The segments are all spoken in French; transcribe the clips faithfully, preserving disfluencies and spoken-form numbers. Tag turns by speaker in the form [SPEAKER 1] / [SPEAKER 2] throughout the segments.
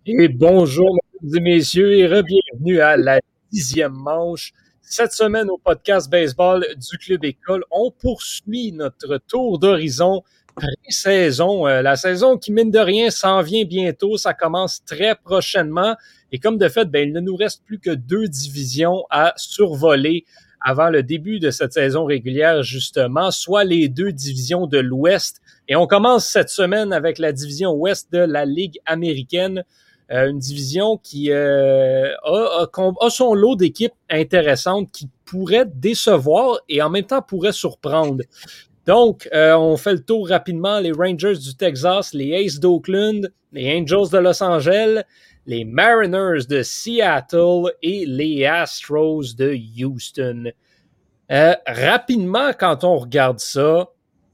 [SPEAKER 1] Et bonjour, mesdames et messieurs, et re-bienvenue à la dixième manche. Cette semaine, au podcast baseball du Club École, on poursuit notre tour d'horizon pré-saison. Euh, la saison qui, mine de rien, s'en vient bientôt. Ça commence très prochainement. Et comme de fait, ben, il ne nous reste plus que deux divisions à survoler avant le début de cette saison régulière, justement, soit les deux divisions de l'Ouest. Et on commence cette semaine avec la division Ouest de la Ligue américaine. Euh, une division qui euh, a, a, a son lot d'équipes intéressantes qui pourraient décevoir et en même temps pourraient surprendre. Donc, euh, on fait le tour rapidement. Les Rangers du Texas, les Aces d'Oakland, les Angels de Los Angeles, les Mariners de Seattle et les Astros de Houston. Euh, rapidement, quand on regarde ça,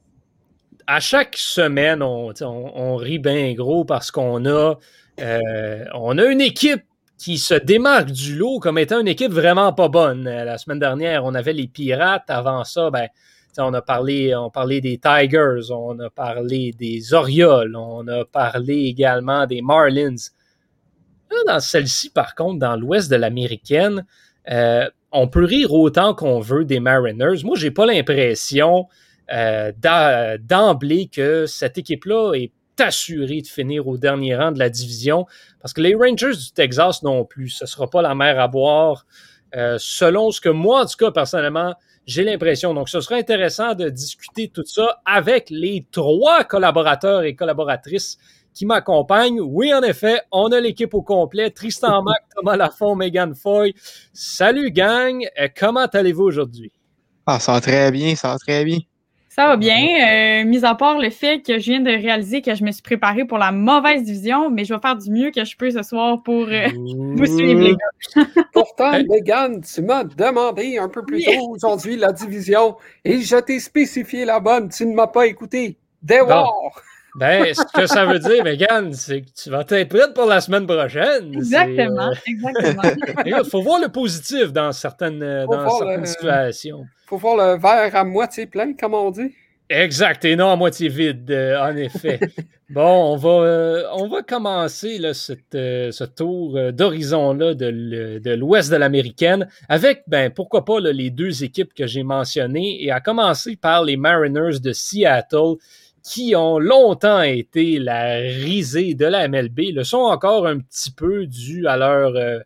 [SPEAKER 1] à chaque semaine, on, on, on rit bien gros parce qu'on a, euh, on a une équipe qui se démarque du lot comme étant une équipe vraiment pas bonne. La semaine dernière, on avait les Pirates. Avant ça, ben, on a parlé, on parlait des Tigers, on a parlé des Orioles, on a parlé également des Marlins. Là, dans celle-ci, par contre, dans l'ouest de l'américaine, euh, on peut rire autant qu'on veut des Mariners. Moi, j'ai pas l'impression euh, d'emblée que cette équipe-là est assurée de finir au dernier rang de la division, parce que les Rangers du Texas non plus, ce sera pas la mer à boire, euh, selon ce que moi, en tout cas, personnellement, j'ai l'impression. Donc, ce sera intéressant de discuter tout ça avec les trois collaborateurs et collaboratrices qui m'accompagnent. Oui, en effet, on a l'équipe au complet. Tristan Mac, Thomas Lafont, Megan Foy. Salut, gang. Comment allez-vous aujourd'hui?
[SPEAKER 2] Ah, ça va très bien, ça va très bien.
[SPEAKER 3] Ça va bien, euh, mis à part le fait que je viens de réaliser que je me suis préparé pour la mauvaise division, mais je vais faire du mieux que je peux ce soir pour euh, vous suivre, les gars.
[SPEAKER 4] Pourtant, hey. Megan, tu m'as demandé un peu plus tôt aujourd'hui la division et je t'ai spécifié la bonne. Tu ne m'as pas écouté. Déwar!
[SPEAKER 1] Bon. Ben, ce que ça veut dire, Megan, c'est que tu vas être prête pour la semaine prochaine.
[SPEAKER 3] Exactement, euh... exactement.
[SPEAKER 1] Il faut voir le positif dans certaines, dans certaines
[SPEAKER 4] le...
[SPEAKER 1] situations.
[SPEAKER 4] Il faut voir le verre à moitié plein, comme on dit.
[SPEAKER 1] Exact, et non à moitié vide, euh, en effet. Bon, on va, euh, on va commencer là, cette, euh, ce tour euh, d'horizon-là de, de l'ouest de l'américaine avec, ben, pourquoi pas, là, les deux équipes que j'ai mentionnées, et à commencer par les Mariners de Seattle, qui ont longtemps été la risée de la M L B, le sont encore un petit peu dû à leur euh,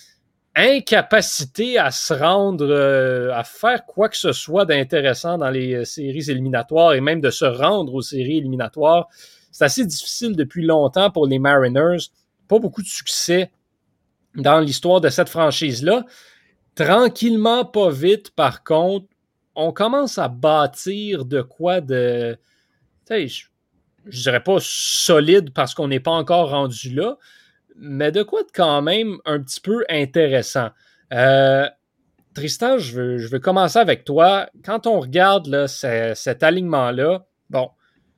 [SPEAKER 1] incapacité à se rendre, euh, à faire quoi que ce soit d'intéressant dans les euh, séries éliminatoires et même de se rendre aux séries éliminatoires. C'est assez difficile depuis longtemps pour les Mariners. Pas beaucoup de succès dans l'histoire de cette franchise-là. Tranquillement, pas vite, par contre, on commence à bâtir de quoi de... Tu sais, je, je dirais pas solide parce qu'on n'est pas encore rendu là, mais de quoi de quand même un petit peu intéressant. Euh, Tristan, je veux, je veux commencer avec toi. Quand on regarde là, c- cet alignement-là, bon,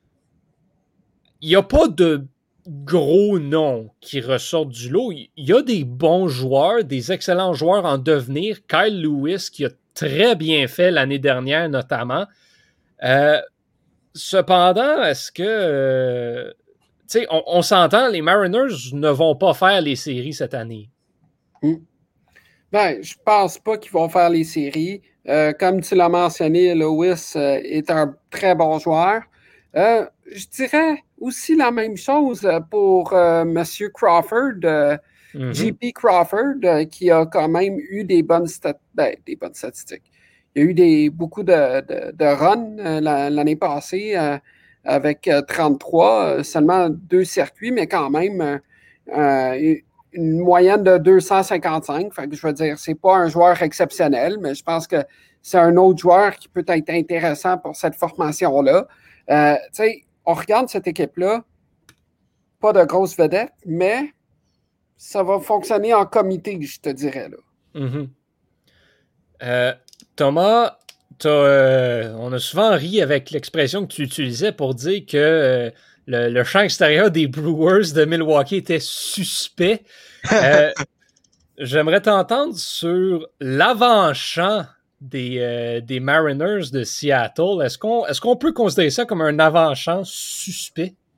[SPEAKER 1] il n'y a pas de gros noms qui ressortent du lot. Il y a des bons joueurs, des excellents joueurs en devenir. Kyle Lewis, qui a très bien fait l'année dernière, notamment. Euh, cependant, est-ce que... Euh, tu sais, on, on s'entend, les Mariners ne vont pas faire les séries cette année.
[SPEAKER 4] Mm. Ben, je pense pas qu'ils vont faire les séries. Euh, comme tu l'as mentionné, Lewis euh, est un très bon joueur. Euh, je dirais aussi la même chose pour euh, M. Crawford, euh, mm-hmm. J P Crawford, euh, qui a quand même eu des bonnes, stat- ben, des bonnes statistiques. Il y a eu des, beaucoup de, de, de runs euh, l'année passée euh, avec euh, trente-trois, euh, seulement deux circuits, mais quand même euh, une moyenne de deux cent cinquante-cinq. Fait que je veux dire, c'est pas un joueur exceptionnel, mais je pense que c'est un autre joueur qui peut être intéressant pour cette formation-là. Euh, tu sais, on regarde cette équipe-là, pas de grosses vedettes, mais ça va fonctionner en comité, je te dirais. Là.
[SPEAKER 1] Mm-hmm. Euh, Thomas, euh, on a souvent ri avec l'expression que tu utilisais pour dire que euh, le, le champ extérieur des Brewers de Milwaukee était suspect. Euh, j'aimerais t'entendre sur l'avant-champ des, euh, des Mariners de Seattle. Est-ce qu'on, est-ce qu'on peut considérer ça comme un avant-champ suspect?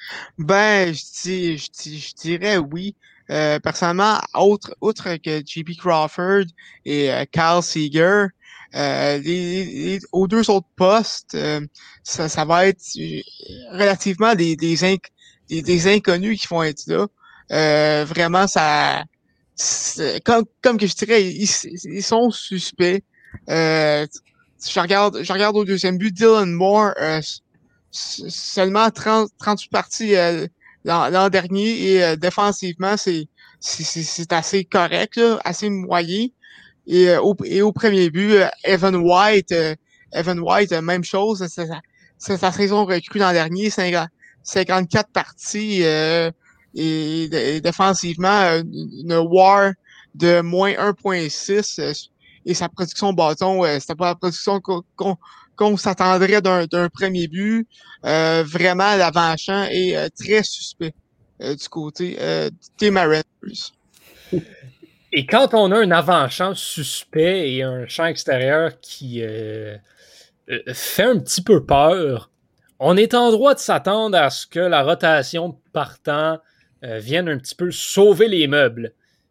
[SPEAKER 2] Ben, je, dis- je, dis- je dirais oui. Euh, personnellement, autre, outre que J P Crawford et euh, Kyle Seager, euh, les, les- aux deux autres postes, euh, ça, ça va être euh, relativement des, des, inc- des, des inconnus qui vont être là. Euh, vraiment, ça, c'est- comme, comme que je dirais, ils, ils sont suspects. Euh, je regarde, je regarde au deuxième but, Dylan Moore, euh, seulement trente, trente-huit parties euh, l'an, l'an dernier et euh, défensivement, c'est, c'est, c'est c'est assez correct, là, assez moyen. Et, euh, au, et au premier but, euh, Evan White, euh, Evan White, euh, même chose, c'est sa, c'est sa saison recrue l'an dernier, cinquante, cinquante-quatre parties euh, et, et défensivement, euh, une war de moins un virgule six euh, et sa production bâton, euh, c'était pas la production qu'on, qu'on, qu'on s'attendrait d'un, d'un premier but. Euh, vraiment, l'avant-champ est euh, très suspect euh, du côté euh, des Mariners.
[SPEAKER 1] Et quand on a un avant-champ suspect et un champ extérieur qui euh, fait un petit peu peur, on est en droit de s'attendre à ce que la rotation partant euh, vienne un petit peu sauver les meubles.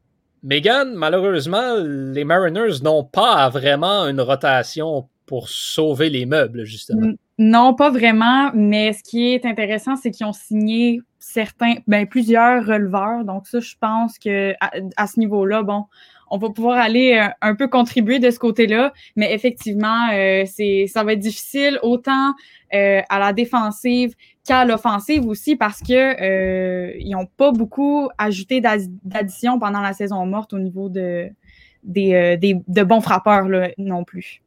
[SPEAKER 1] Megan, malheureusement, les Mariners n'ont pas vraiment une rotation pour sauver les meubles, justement.
[SPEAKER 3] Non, pas vraiment, mais ce qui est intéressant, c'est qu'ils ont signé certains, ben, plusieurs releveurs. Donc ça, je pense que à, à ce niveau-là, bon, on va pouvoir aller un, un peu contribuer de ce côté-là, mais effectivement, euh, c'est, ça va être difficile autant euh, à la défensive qu'à l'offensive aussi parce que euh, ils n'ont pas beaucoup ajouté d'addition pendant la saison morte au niveau de des, euh, des de bons frappeurs là, non plus.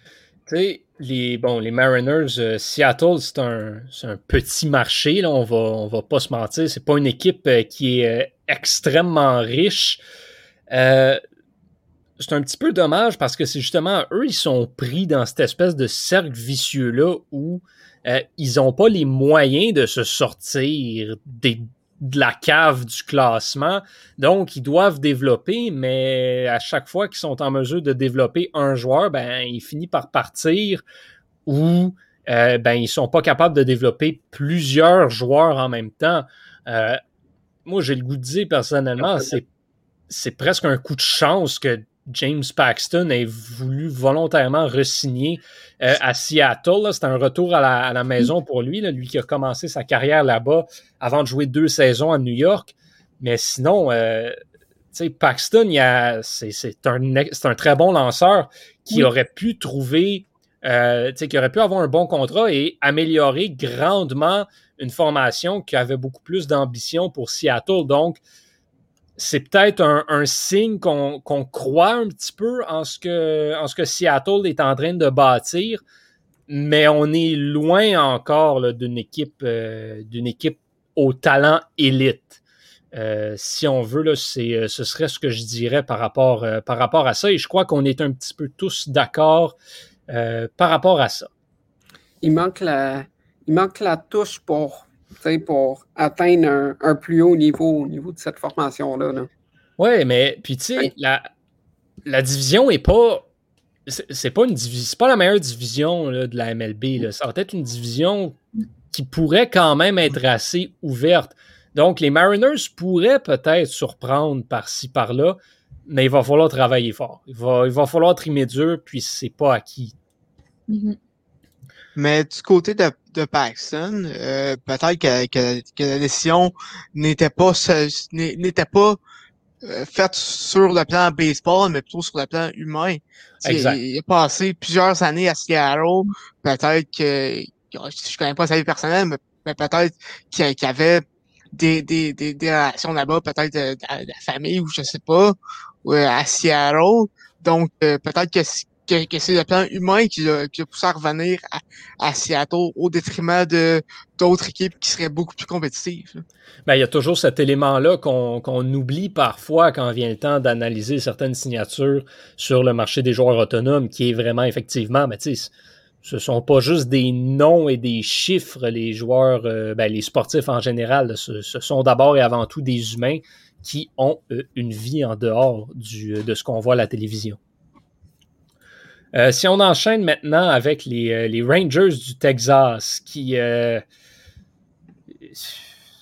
[SPEAKER 1] Tu sais, les, bon, les Mariners, euh, Seattle, c'est un, c'est un petit marché, là, on va, on va pas se mentir. C'est pas une équipe euh, qui est euh, extrêmement riche. Euh, c'est un petit peu dommage parce que c'est justement eux, ils sont pris dans cette espèce de cercle vicieux-là où euh, ils n'ont pas les moyens de se sortir des, de la cave du classement. Donc, ils doivent développer, mais à chaque fois qu'ils sont en mesure de développer un joueur, ben, il finit par partir ou euh, ben, ils sont pas capables de développer plusieurs joueurs en même temps. Euh, moi, j'ai le goût de dire personnellement, c'est, c'est presque un coup de chance que James Paxton ait voulu volontairement re-signer euh, à Seattle. Là. C'était un retour à la, à la maison pour lui, là, lui qui a commencé sa carrière là-bas avant de jouer deux saisons à New York. Mais sinon, euh, Paxton, il a, c'est, c'est, un, c'est un très bon lanceur qui oui. aurait pu trouver, euh, qui aurait pu avoir un bon contrat et améliorer grandement une formation qui avait beaucoup plus d'ambition pour Seattle. Donc, c'est peut-être un, un signe qu'on, qu'on croit un petit peu en ce, que, en ce que Seattle est en train de bâtir, mais on est loin encore là, d'une équipe, euh, d'une équipe au talent élite. Euh, si on veut, là, c'est, ce serait ce que je dirais par rapport, euh, par rapport à ça. Et je crois qu'on est un petit peu tous d'accord euh, par rapport à ça.
[SPEAKER 4] Il manque la, il manque la touche pour, pour atteindre un, un plus haut niveau au niveau de cette formation-là. Là.
[SPEAKER 1] Oui, mais puis tu sais, oui. la, la division est pas. C'est, c'est pas une division, c'est pas la meilleure division là, de la M L B. Là. Ça va être une division qui pourrait quand même être assez ouverte. Donc, les Mariners pourraient peut-être surprendre par-ci, par-là, mais il va falloir travailler fort. Il va, il va falloir trimer dur, puis c'est pas acquis.
[SPEAKER 3] Mm-hmm.
[SPEAKER 2] Mais du côté de, de Paxton, euh, peut-être que, que, que la décision n'était pas n'était pas euh, faite sur le plan baseball, mais plutôt sur le plan humain.
[SPEAKER 1] Exact.
[SPEAKER 2] Il, il a passé plusieurs années à Seattle. Peut-être que, je connais pas sa vie personnelle, mais, mais peut-être qu'il, qu'il y avait des, des, des, des relations là-bas, peut-être de, de, de la famille ou je sais pas, ou à Seattle. Donc, euh, peut-être que Que, que c'est le plan humain qui l'a, qui l'a poussé à revenir à, à Seattle au détriment de d'autres équipes qui seraient beaucoup plus compétitives.
[SPEAKER 1] Ben, il y a toujours cet élément-là qu'on, qu'on oublie parfois quand vient le temps d'analyser certaines signatures sur le marché des joueurs autonomes, qui est vraiment effectivement, ben, tu sais, ce sont pas juste des noms et des chiffres, les joueurs, euh, ben, les sportifs en général, ce, ce sont d'abord et avant tout des humains qui ont euh, une vie en dehors du, de ce qu'on voit à la télévision. Euh, si on enchaîne maintenant avec les, euh, les Rangers du Texas, qui, euh,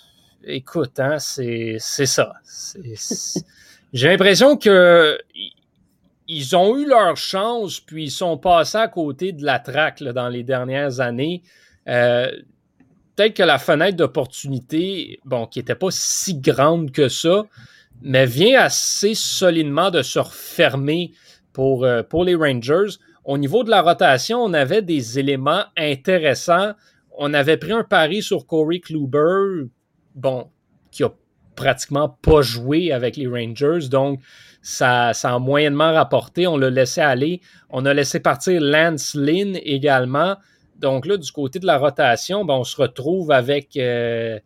[SPEAKER 1] écoute, hein, c'est, c'est ça. C'est, c'est... J'ai l'impression que ils ont eu leur chance, puis ils sont passés à côté de la traque là, dans les dernières années. Euh, peut-être que la fenêtre d'opportunité, bon, qui n'était pas si grande que ça, mais vient assez solidement de se refermer pour, euh, pour les Rangers. Au niveau de la rotation, on avait des éléments intéressants. On avait pris un pari sur Corey Kluber, bon, qui a pratiquement pas joué avec les Rangers, donc ça, ça a moyennement rapporté. On l'a laissé aller. On a laissé partir Lance Lynn également. Donc là, du côté de la rotation, ben, on se retrouve avec euh,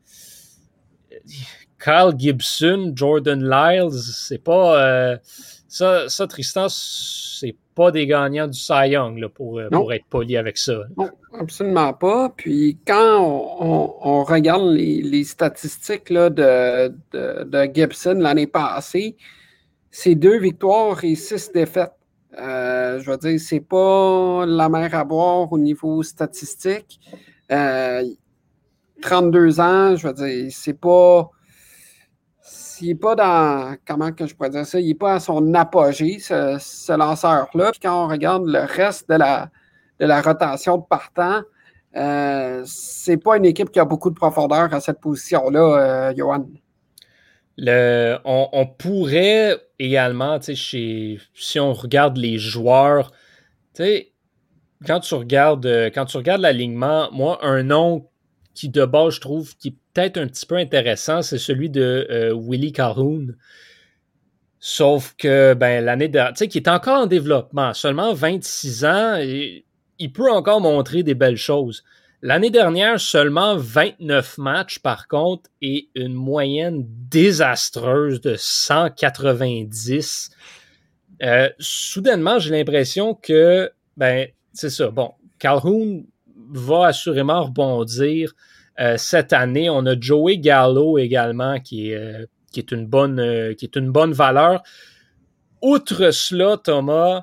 [SPEAKER 1] Kyle Gibson, Jordan Lyles. C'est pas... Euh, ça, ça, Tristan, c'est pas des gagnants du Cy Young, là, pour, pour être poli avec ça.
[SPEAKER 4] Non, absolument pas. Puis quand on, on, on regarde les, les statistiques là, de, de, de Gibson l'année passée, c'est deux victoires et six défaites. Euh, je veux dire, c'est pas la mer à boire au niveau statistique. Euh, trente-deux ans, je veux dire, c'est pas... Il n'est pas dans, comment que je pourrais dire ça, il n'est pas à son apogée, ce, ce lanceur-là. Puis quand on regarde le reste de la, de la rotation de partant, euh, c'est pas une équipe qui a beaucoup de profondeur à cette position-là, euh, Johan.
[SPEAKER 1] Le, on, on pourrait également, tu sais, chez, si on regarde les joueurs, tu sais, quand tu regardes, quand tu regardes l'alignement, moi, un nom qui, de base, je trouve, qui est peut-être un petit peu intéressant, c'est celui de euh, Willie Calhoun. Sauf que, ben, l'année dernière, tu sais, qui est encore en développement, seulement vingt-six ans, et il peut encore montrer des belles choses. L'année dernière, seulement vingt-neuf matchs, par contre, et une moyenne désastreuse de cent quatre-vingt-dix. Euh, soudainement, j'ai l'impression que, ben, c'est ça, bon, Calhoun va assurément rebondir euh, cette année. On a Joey Gallo également qui est, euh, qui est, une, bonne, euh, qui est une bonne valeur. Outre cela, Thomas,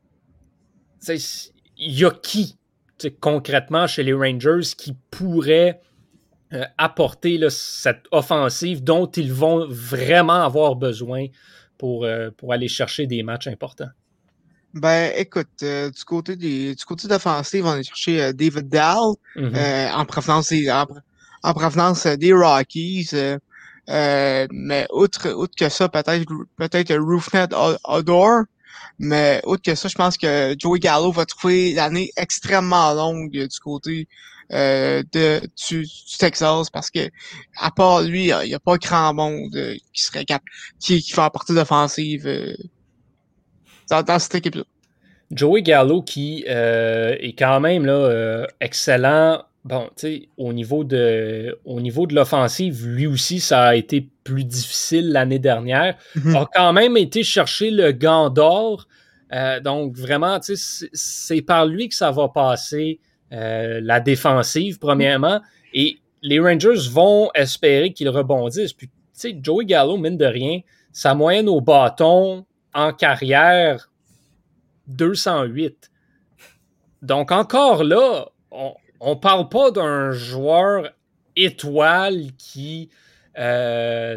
[SPEAKER 1] il y a qui concrètement chez les Rangers qui pourrait euh, apporter là, cette offensive dont ils vont vraiment avoir besoin pour, euh, pour aller chercher des matchs importants?
[SPEAKER 2] Ben, écoute, euh, du côté des, du côté d'offensive, on a cherché euh, David Dahl, mm-hmm. euh, en provenance des, en, en provenance des Rockies, euh, euh, mais outre, outre que ça, peut-être, peut-être Rougned Odor, mais outre que ça, je pense que Joey Gallo va trouver l'année extrêmement longue du côté, euh, de, du, du Texas, parce que, à part lui, il n'y a, a pas grand monde euh, qui serait cap, qui, qui fait apporter d'offensive, euh, Dans, dans cette équipe-là.
[SPEAKER 1] Joey Gallo qui euh, est quand même là, euh, excellent. Bon, tu sais, au niveau de au niveau de l'offensive, lui aussi, ça a été plus difficile l'année dernière. Mm-hmm. A quand même été chercher le gant d'or. Euh, donc, vraiment, tu sais, c'est, c'est par lui que ça va passer euh, la défensive, premièrement. Et les Rangers vont espérer qu'il rebondisse. Puis, tu sais, Joey Gallo, mine de rien, sa moyenne au bâton en carrière, deux cent huit. Donc, encore là, on ne parle pas d'un joueur étoile qui euh,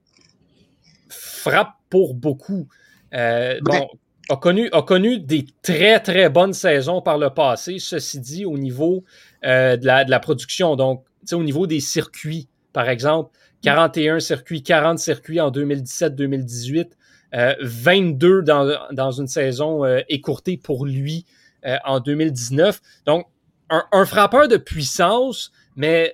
[SPEAKER 1] frappe pour beaucoup. Euh, bon, a connu, a connu des très, très bonnes saisons par le passé, ceci dit, au niveau euh, de, la, de la production. Donc, au niveau des circuits, par exemple, quarante et un circuits, quarante circuits en deux mille dix-sept deux mille dix-huit. Euh, vingt-deux dans, dans une saison euh, écourtée pour lui euh, en deux mille dix-neuf. Donc, un, un frappeur de puissance, mais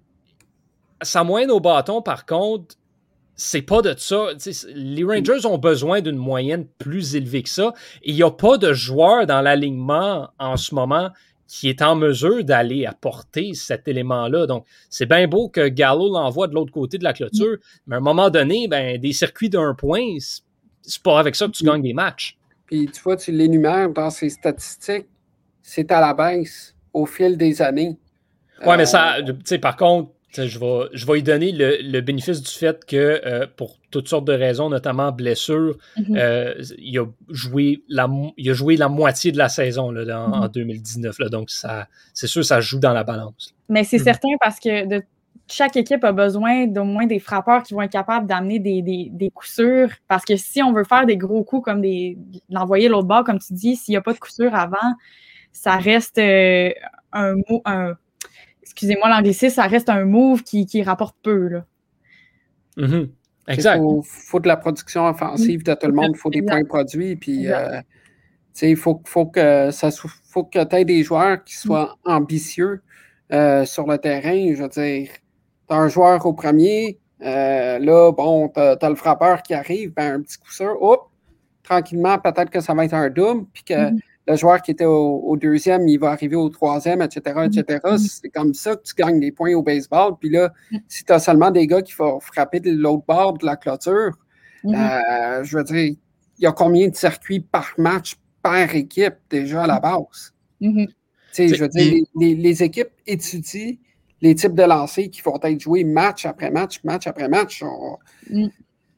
[SPEAKER 1] sa moyenne au bâton, par contre, c'est pas de ça. T'sais, les Rangers ont besoin d'une moyenne plus élevée que ça. Et il n'y a pas de joueur dans l'alignement en ce moment qui est en mesure d'aller apporter cet élément-là. Donc, c'est bien beau que Gallo l'envoie de l'autre côté de la clôture, mais à un moment donné, ben, des circuits d'un point, c'est pas avec ça que tu gagnes des matchs.
[SPEAKER 4] Puis tu vois, tu l'énumères dans ces statistiques, c'est à la baisse au fil des années.
[SPEAKER 1] Oui, euh... mais ça, tu sais, par contre, je vais, je vais lui donner le, le bénéfice du fait que euh, pour toutes sortes de raisons, notamment blessures, mm-hmm. euh, il, a joué la, il a joué la moitié de la saison là, dans, mm-hmm. en deux mille dix-neuf. Là, donc, ça, c'est sûr, ça joue dans la balance.
[SPEAKER 3] Mais c'est mm-hmm. certain parce que de chaque équipe a besoin d'au moins des frappeurs qui vont être capables d'amener des, des, des coups sûrs. Parce que si on veut faire des gros coups comme des l'envoyer l'autre bord, comme tu dis, s'il n'y a pas de coup sûr avant, ça reste euh, un mot. Un, excusez-moi l'anglicisme, ça reste un move qui, qui rapporte peu. Là.
[SPEAKER 1] Mm-hmm. Exact.
[SPEAKER 4] Il faut, faut de la production offensive de tout le monde, il faut des exact. Points produits. Puis, euh, il faut, faut que ça faut que tu aies des joueurs qui soient mm. ambitieux euh, sur le terrain. Je veux dire, tu as un joueur au premier, euh, là, bon, tu as le frappeur qui arrive, ben, un petit coup sûr, hop, tranquillement, peut-être que ça va être un double, puis que mm. le joueur qui était au, au deuxième, il va arriver au troisième, et cetera, et cetera. Mm. C'est comme ça que tu gagnes des points au baseball. Puis là, mm. si tu as seulement des gars qui vont frapper de l'autre bord de la clôture, mm. euh, je veux dire, il y a combien de circuits par match, par équipe, déjà à la base? Mm-hmm. Tu sais, je veux dire, les, les, les équipes étudient les types de lancers qui vont être joués match après match, match après match. On... Mm.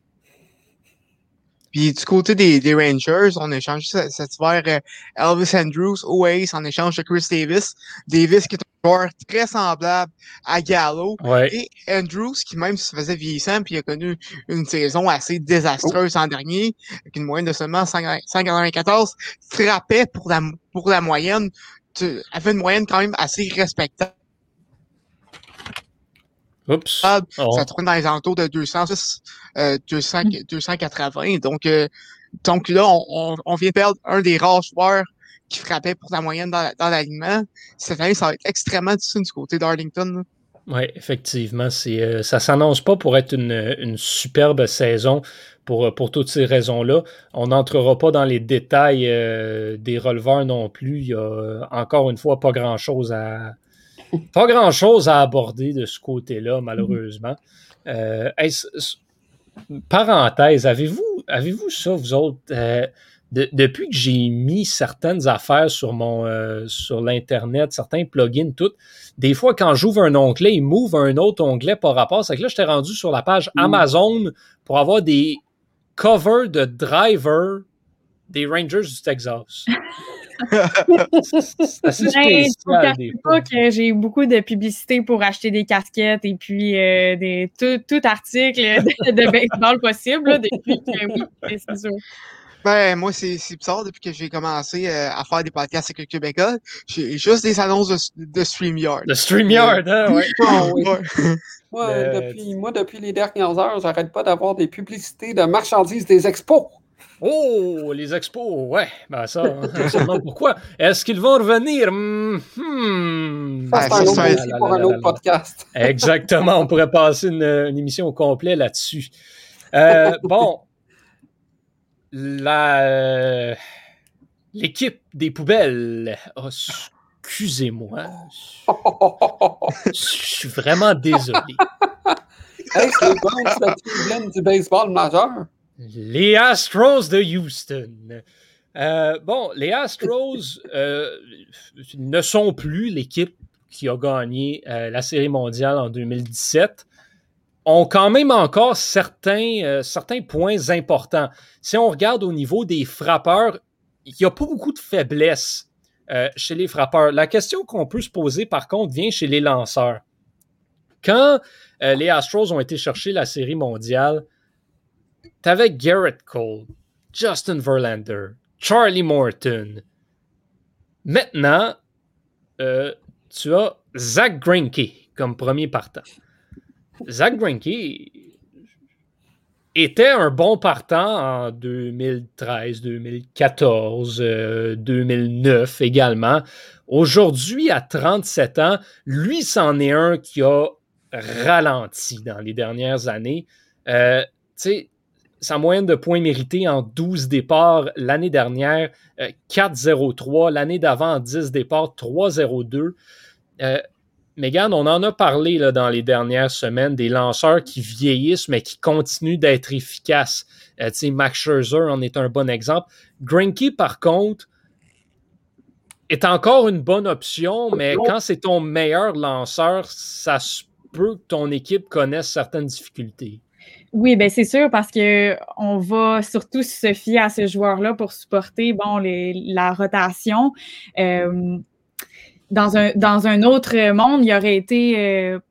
[SPEAKER 2] Puis du côté des, des Rangers, on a échangé cet hiver euh, Elvis Andrus au Ace en échange de Chris Davis. Davis qui est un joueur très semblable à Gallo.
[SPEAKER 1] Ouais.
[SPEAKER 2] Et Andrus qui même se faisait vieillissant puis il a connu une saison assez désastreuse l'an dernier, avec une moyenne de seulement cent quatre-vingt-quatorze, frappait pour la, pour la moyenne, tu, avait une moyenne quand même assez respectable.
[SPEAKER 1] Oups.
[SPEAKER 2] Oh. Ça tourne dans les alentours de deux cent six, euh, deux cents, deux cent quatre-vingts. Donc, euh, donc là, on, on, on vient perdre un des rares joueurs qui frappait pour la moyenne dans, dans l'alignement. Cette année, ça va être extrêmement difficile du côté d'Arlington.
[SPEAKER 1] Oui, effectivement. C'est, euh, ça ne s'annonce pas pour être une, une superbe saison pour, pour toutes ces raisons-là. On n'entrera pas dans les détails euh, des releveurs non plus. Il y a encore une fois pas grand-chose à... Pas grand-chose à aborder de ce côté-là, malheureusement. Euh, hey, parenthèse, avez-vous, avez-vous ça, vous autres? Euh, de, depuis que j'ai mis certaines affaires sur mon euh, sur l'Internet, certains plugins, tout, des fois, quand j'ouvre un onglet, il m'ouvre un autre onglet par rapport. C'est que là, j'étais rendu sur la page Amazon pour avoir des covers de drivers des Rangers du Texas. C'est assez spécial.
[SPEAKER 3] Je ne pas que j'ai beaucoup de publicité pour acheter des casquettes et puis euh, des, tout, tout article de, de baseball possible là, depuis que oui, c'est sûr.
[SPEAKER 2] Ben, moi, c'est, c'est bizarre depuis que j'ai commencé euh, à faire des podcasts avec le Québécois. J'ai juste des annonces de, de StreamYard.
[SPEAKER 1] De StreamYard, euh, hein, ouais.
[SPEAKER 4] Oh, oui. ouais. Moi, le... depuis, moi, depuis les dernières heures, j'arrête pas d'avoir des publicités de marchandises des expos.
[SPEAKER 1] Oh, les expos, ouais, ben ça, on se demande pourquoi. Est-ce qu'ils vont revenir? Hmm.
[SPEAKER 4] Ça, c'est un autre là, là, pour là, un autre là, podcast.
[SPEAKER 1] Exactement, on pourrait passer une, une émission au complet là-dessus. Euh, bon, la, euh, l'équipe des poubelles, oh, excusez-moi, je suis vraiment désolé.
[SPEAKER 4] Hey, c'est bon, c'est la Cleveland du baseball majeur.
[SPEAKER 1] Les Astros de Houston. Euh, bon, les Astros euh, ne sont plus l'équipe qui a gagné euh, la Série mondiale en deux mille dix-sept. Ont quand même encore certains, euh, certains points importants. Si on regarde au niveau des frappeurs, il n'y a pas beaucoup de faiblesses euh, chez les frappeurs. La question qu'on peut se poser, par contre, vient chez les lanceurs. Quand euh, les Astros ont été chercher la Série mondiale, t'avais Garrett Cole, Justin Verlander, Charlie Morton. Maintenant, euh, tu as Zach Greinke comme premier partant. Zach Greinke était un bon partant en deux mille treize, deux mille quatorze, euh, deux mille neuf également. Aujourd'hui, à trente-sept ans, lui, c'en est un qui a ralenti dans les dernières années. Euh, tu sais, sa moyenne de points mérités en douze départs l'année dernière, euh, quatre virgule zéro trois. L'année d'avant, en dix départs, trois virgule zéro deux. Euh, Mégane, on en a parlé là, dans les dernières semaines, des lanceurs qui vieillissent, mais qui continuent d'être efficaces. Euh, tu sais, Max Scherzer en est un bon exemple. Greinke, par contre, est encore une bonne option, mais quand c'est ton meilleur lanceur, ça se peut que ton équipe connaisse certaines difficultés.
[SPEAKER 3] Oui, bien c'est sûr parce qu'on va surtout se fier à ce joueur-là pour supporter bon, les, la rotation. Euh, dans, un, dans un autre monde, il aurait été euh,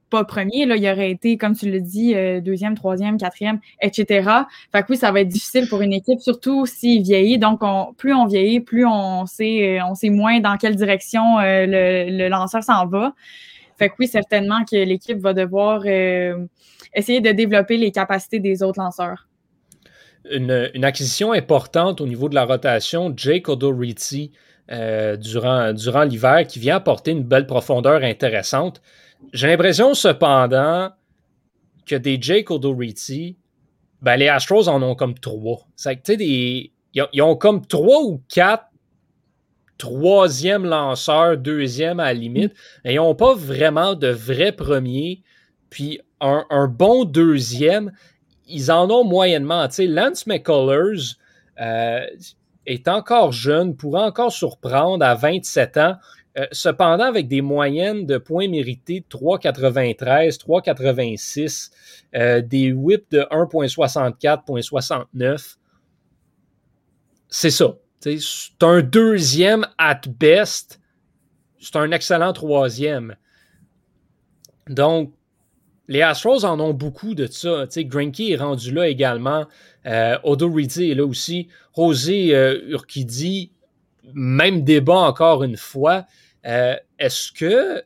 [SPEAKER 3] pas premier, là, il aurait été, comme tu l'as dit, euh, deuxième, troisième, quatrième, et cetera. Fait que oui, ça va être difficile pour une équipe, surtout s'il vieillit. Donc, on, plus on vieillit, plus on sait, on sait moins dans quelle direction euh, le, le lanceur s'en va. Fait que oui, certainement que l'équipe va devoir euh, essayer de développer les capacités des autres lanceurs.
[SPEAKER 1] Une, une acquisition importante au niveau de la rotation, Jake Odorizzi, euh, durant, durant l'hiver, qui vient apporter une belle profondeur intéressante. J'ai l'impression, cependant, que des Jake Odorizzi, ben, les Astros en ont comme trois. C'est que, tu sais, des, ils, ont, ils ont comme trois ou quatre troisième lanceur, deuxième à la limite, et ils n'ont pas vraiment de vrai premier, puis un, un bon deuxième, ils en ont moyennement. Tu sais, Lance McCullers euh, est encore jeune, pourrait encore surprendre à vingt-sept ans, euh, cependant avec des moyennes de points mérités de trois virgule quatre-vingt-treize, trois virgule quatre-vingt-six, euh, des whips de un virgule soixante-quatre, un virgule soixante-neuf. C'est ça. C'est un deuxième at best. C'est un excellent troisième. Donc, les Astros en ont beaucoup de ça. Greinke est rendu là également. Euh, Odorizzi est là aussi. José euh, Urquidy, même débat encore une fois. Euh, est-ce que,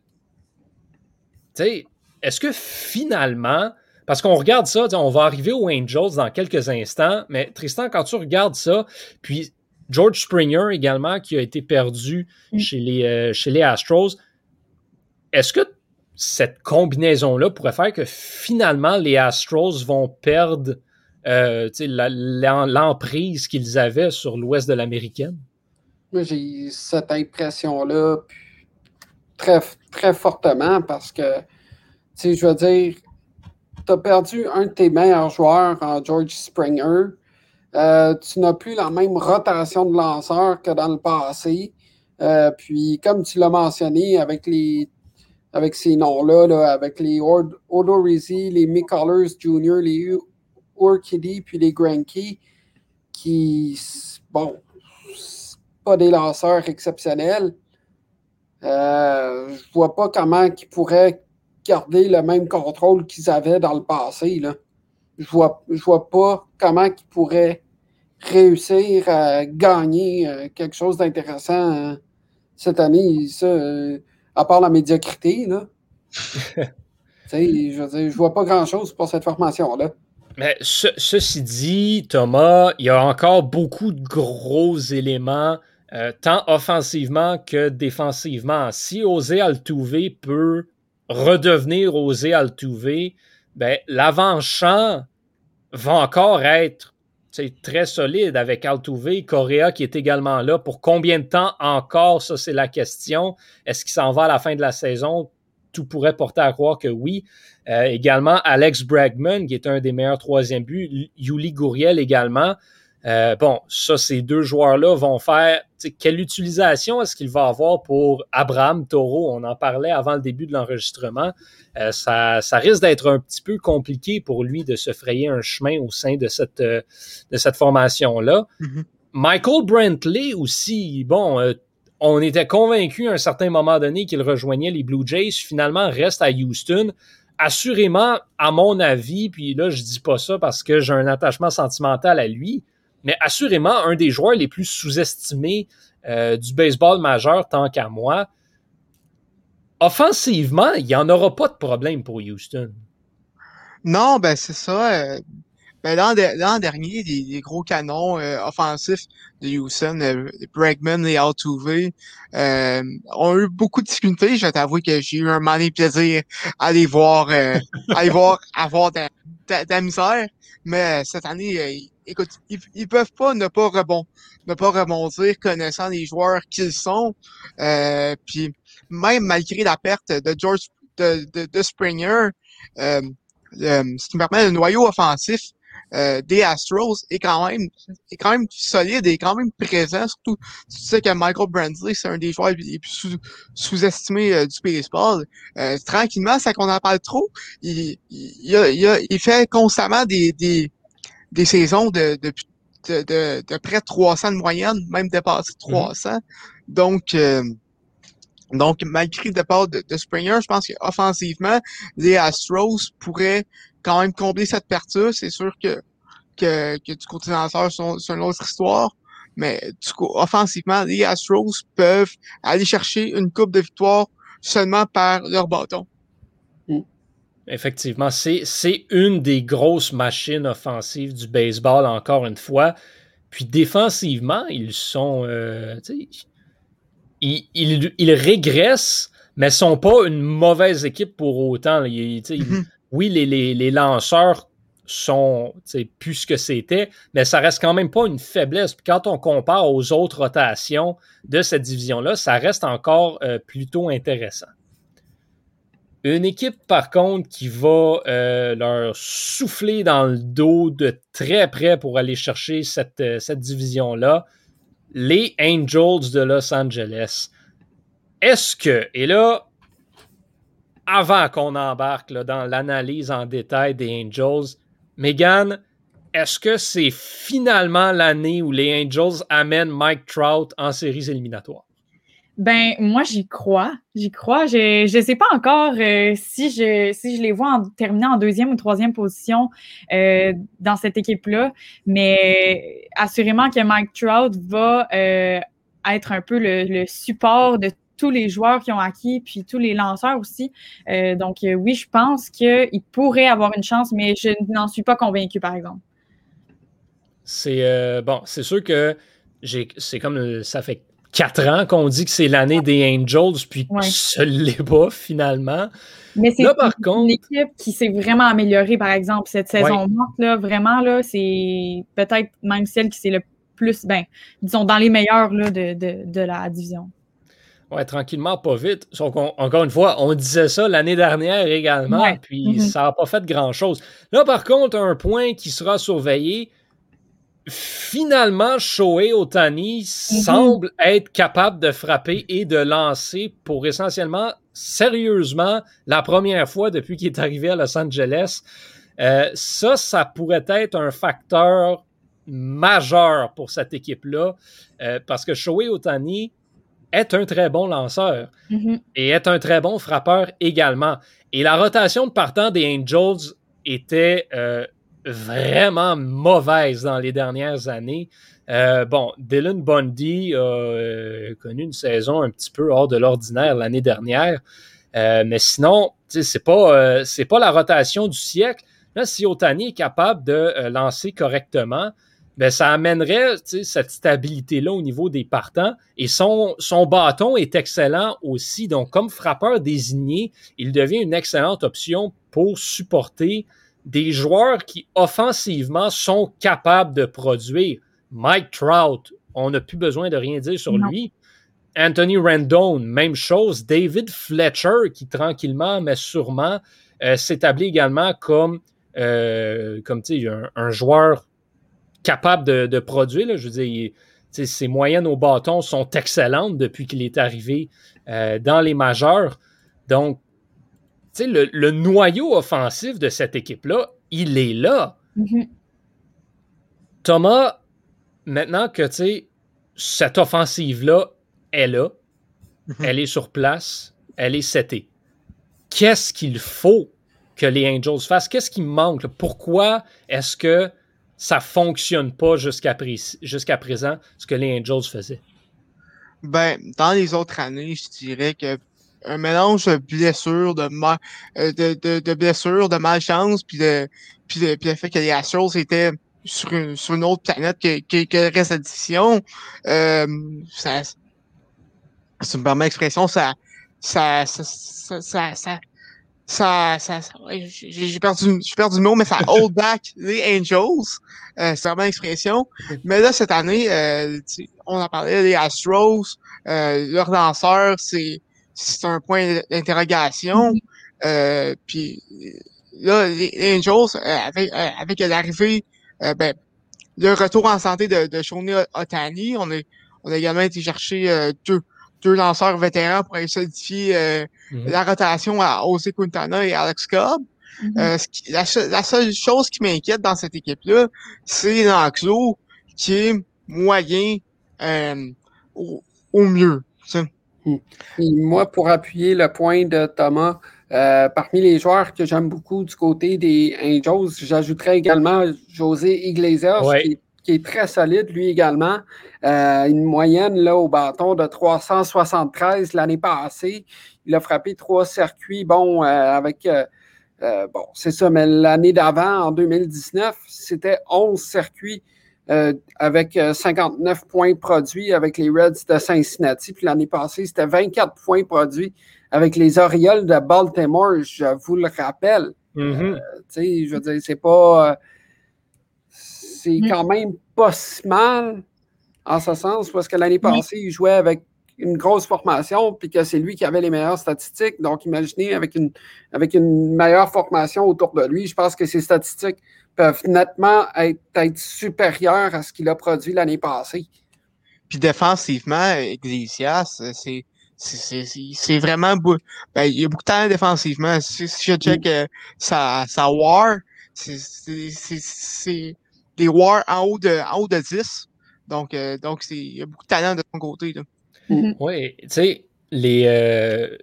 [SPEAKER 1] est-ce que finalement, parce qu'on regarde ça, on va arriver aux Angels dans quelques instants, mais Tristan, quand tu regardes ça, puis George Springer également, qui a été perdu mm. chez, les, euh, chez les Astros. Est-ce que cette combinaison-là pourrait faire que finalement les Astros vont perdre euh, la, la, l'emprise qu'ils avaient sur l'ouest de l'Américaine?
[SPEAKER 4] Moi, j'ai cette impression-là très, très fortement parce que, je veux dire, tu as perdu un de tes meilleurs joueurs en George Springer. Euh, tu n'as plus la même rotation de lanceurs que dans le passé. Euh, puis, comme tu l'as mentionné, avec les avec ces noms-là, là, avec les Odorizzi, les McCullers junior, les Urquidy, puis les Greinke, qui, bon, c'est pas des lanceurs exceptionnels. Euh, je vois pas comment ils pourraient garder le même contrôle qu'ils avaient dans le passé, là. Je vois, je vois pas comment ils pourraient réussir à gagner euh, quelque chose d'intéressant euh, cette année, ça, euh, à part la médiocrité, là. je veux dire, je vois pas grand-chose pour cette formation-là.
[SPEAKER 1] Mais ce, ceci dit, Thomas, il y a encore beaucoup de gros éléments, euh, tant offensivement que défensivement. Si José Altuve peut redevenir José Altuve, ben, l'avant-champ va encore être très solide avec Altuve, Correa qui est également là. Pour combien de temps encore? Ça, c'est la question. Est-ce qu'il s'en va à la fin de la saison? Tout pourrait porter à croire que oui. Euh, également, Alex Bregman, qui est un des meilleurs troisième buts. Yuli Gurriel également. Euh, bon, ça, ces deux joueurs-là vont faire... Quelle utilisation est-ce qu'il va avoir pour Abraham Toro? On en parlait avant le début de l'enregistrement. Euh, ça, ça risque d'être un petit peu compliqué pour lui de se frayer un chemin au sein de cette, euh, de cette formation-là. Mm-hmm. Michael Brantley aussi, bon, euh, on était convaincus à un certain moment donné qu'il rejoignait les Blue Jays, finalement reste à Houston. Assurément, à mon avis, puis là, je dis pas ça parce que j'ai un attachement sentimental à lui, mais assurément, un des joueurs les plus sous-estimés euh, du baseball majeur, tant qu'à moi. Offensivement, il n'y en aura pas de problème pour Houston.
[SPEAKER 2] Non, ben c'est ça. Euh, ben l'an, de, l'an dernier, les, les gros canons euh, offensifs de Houston, euh, Bregman et Altuve, euh, ont eu beaucoup de difficultés. Je vais t'avouer que j'ai eu un moment de plaisir à les voir, euh, à les voir avoir de, de, de la misère. Mais cette année, euh, écoute, ils, ils peuvent pas ne pas rebond, ne pas rebondir connaissant les joueurs qu'ils sont. Euh, puis même malgré la perte de George de, de, de Springer, euh, le, ce qui me permet le noyau offensif euh, des Astros est quand même est quand même solide et quand même présent. Surtout, tu sais que Michael Brantley, c'est un des joueurs les plus sous, sous-estimés euh, du baseball. Euh, tranquillement, c'est qu'on en parle trop. Il, il, il, a, il, a, il fait constamment des, des, des saisons de, de, de, de, de près de trois cents de moyenne, même dépassé trois cents. Mm-hmm. Donc, euh, Donc, malgré le départ de, de Springer, je pense qu'offensivement, les Astros pourraient quand même combler cette perte-là. C'est sûr que, que, que du côté des lanceurs, c'est une autre histoire. Mais du coup, offensivement, les Astros peuvent aller chercher une coupe de victoire seulement par leur bâton.
[SPEAKER 1] Effectivement, c'est, c'est une des grosses machines offensives du baseball, encore une fois. Puis défensivement, ils sont... Euh, ils, ils, ils régressent, mais ne sont pas une mauvaise équipe pour autant. Ils, mm-hmm. Oui, les, les, les lanceurs sont plus ce que c'était, mais ça reste quand même pas une faiblesse. Puis quand on compare aux autres rotations de cette division-là, ça reste encore euh, plutôt intéressant. Une équipe, par contre, qui va euh, leur souffler dans le dos de très près pour aller chercher cette, euh, cette division-là, les Angels de Los Angeles. Est-ce que, et là, avant qu'on embarque là, dans l'analyse en détail des Angels, Megan, est-ce que c'est finalement l'année où les Angels amènent Mike Trout en séries éliminatoires?
[SPEAKER 3] Ben, moi, j'y crois. J'y crois. Je ne sais pas encore euh, si, je, si je les vois en, terminer en deuxième ou troisième position euh, dans cette équipe-là, mais assurément que Mike Trout va euh, être un peu le, le support de tous les joueurs qui ont acquis, puis tous les lanceurs aussi. Euh, donc, euh, oui, je pense qu'il pourrait avoir une chance, mais je n'en suis pas convaincue, par exemple.
[SPEAKER 1] C'est euh, bon, c'est sûr que j'ai, c'est comme ça fait quatre ans qu'on dit que c'est l'année des Angels, puis ouais. ce l'est pas finalement.
[SPEAKER 3] Mais c'est là, par une, contre, une équipe qui s'est vraiment améliorée, par exemple, cette saison ouais. morte, là, vraiment, là, c'est peut-être même celle qui s'est le plus, ben, disons, dans les meilleurs là, de, de, de la division.
[SPEAKER 1] Oui, tranquillement, pas vite. Donc, on, encore une fois, on disait ça l'année dernière également, ouais. puis mm-hmm. ça n'a pas fait grand-chose. Là, par contre, un point qui sera surveillé, finalement, Shohei Ohtani mm-hmm. semble être capable de frapper et de lancer pour essentiellement, sérieusement, la première fois depuis qu'il est arrivé à Los Angeles. Euh, ça, ça pourrait être un facteur majeur pour cette équipe-là, euh, parce que Shohei Ohtani est un très bon lanceur mm-hmm. et est un très bon frappeur également. Et la rotation de partant des Angels était euh, vraiment mauvaise dans les dernières années. Euh, bon, Dylan Bundy a euh, connu une saison un petit peu hors de l'ordinaire l'année dernière, euh, mais sinon, c'est pas, euh, c'est pas la rotation du siècle. Là, si Ohtani est capable de euh, lancer correctement, ben, ça amènerait cette stabilité-là au niveau des partants. Et son, son bâton est excellent aussi. Donc, comme frappeur désigné, il devient une excellente option pour supporter des joueurs qui, offensivement, sont capables de produire. Mike Trout, on n'a plus besoin de rien dire sur non. lui. Anthony Rendon, même chose. David Fletcher, qui tranquillement, mais sûrement, euh, s'établit également comme, euh, comme un, un joueur capable de, de produire. Là. Je veux dire, il, ses moyennes au bâton sont excellentes depuis qu'il est arrivé euh, dans les majeurs. Donc, le, le noyau offensif de cette équipe-là, il est là. Mm-hmm. Thomas, maintenant que cette offensive-là est là, mm-hmm. elle est sur place, elle est setée. Qu'est-ce qu'il faut que les Angels fassent? Qu'est-ce qui manque? Pourquoi est-ce que ça ne fonctionne pas jusqu'à, pré- jusqu'à présent, ce que les Angels faisaient?
[SPEAKER 2] Ben, dans les autres années, je dirais que un mélange de blessures, de, ma- de, de, de blessures, de malchance, puis de, puis de, puis le fait que les Astros étaient sur une, sur une autre planète que, que, que le reste de la division, euh, ça, si tu me permets l'expression, ça, ça, ça, ça, ça, ça Ça, ça, ça ouais, j'ai, j'ai perdu, j'ai perdu le mot, mais ça hold back les Angels. Euh, c'est vraiment l'expression. Mais là, cette année, euh, on en parlait, les Astros, euh, leur lanceur, c'est, c'est un point d'interrogation. Euh, puis là, les, les Angels, euh, avec, euh, avec l'arrivée, euh, ben, le retour en santé de, de Shohei Ohtani, on a, on a également été chercher euh, deux, deux lanceurs vétérans pour aller solidifier euh, mm-hmm. la rotation à José Quintana et Alex Cobb. Mm-hmm. Euh, ce qui, la, la seule chose qui m'inquiète dans cette équipe-là, c'est l'enclos qui est moyen euh, au, au mieux. T'sais.
[SPEAKER 4] Et moi, pour appuyer le point de Thomas, euh, parmi les joueurs que j'aime beaucoup du côté des Angels, j'ajouterais également José Iglesias,
[SPEAKER 1] ouais.
[SPEAKER 4] qui, qui est très solide, lui également. Euh, une moyenne là, au bâton de trois cent soixante-treize l'année passée. Il a frappé trois circuits, bon, euh, avec... Euh, euh, bon, c'est ça, mais l'année d'avant, en deux mille dix-neuf, c'était onze circuits. Euh, avec euh, cinquante-neuf points produits avec les Reds de Cincinnati. Puis l'année passée, c'était vingt-quatre points produits avec les Orioles de Baltimore, je vous le rappelle.
[SPEAKER 1] Mm-hmm.
[SPEAKER 4] Euh, tu sais, je veux dire, c'est pas... Euh, c'est
[SPEAKER 3] Mm.
[SPEAKER 4] quand même pas si mal en ce sens, parce que l'année passée, il jouait avec une grosse formation, puis que c'est lui qui avait les meilleures statistiques. Donc, imaginez, avec une, avec une meilleure formation autour de lui, je pense que ses statistiques peuvent nettement être, être supérieures à ce qu'il a produit l'année passée.
[SPEAKER 2] Puis défensivement, Iglesias, c'est c'est, c'est, c'est vraiment... Beau... Ben, il y a beaucoup de talent défensivement. Si, si je check euh, sa, sa war, c'est, c'est, c'est, c'est des wars en haut de, en haut de dix. Donc, euh, donc c'est, il y a beaucoup de talent de son côté. Là.
[SPEAKER 3] Mhm.
[SPEAKER 1] Oui, tu sais, les, euh,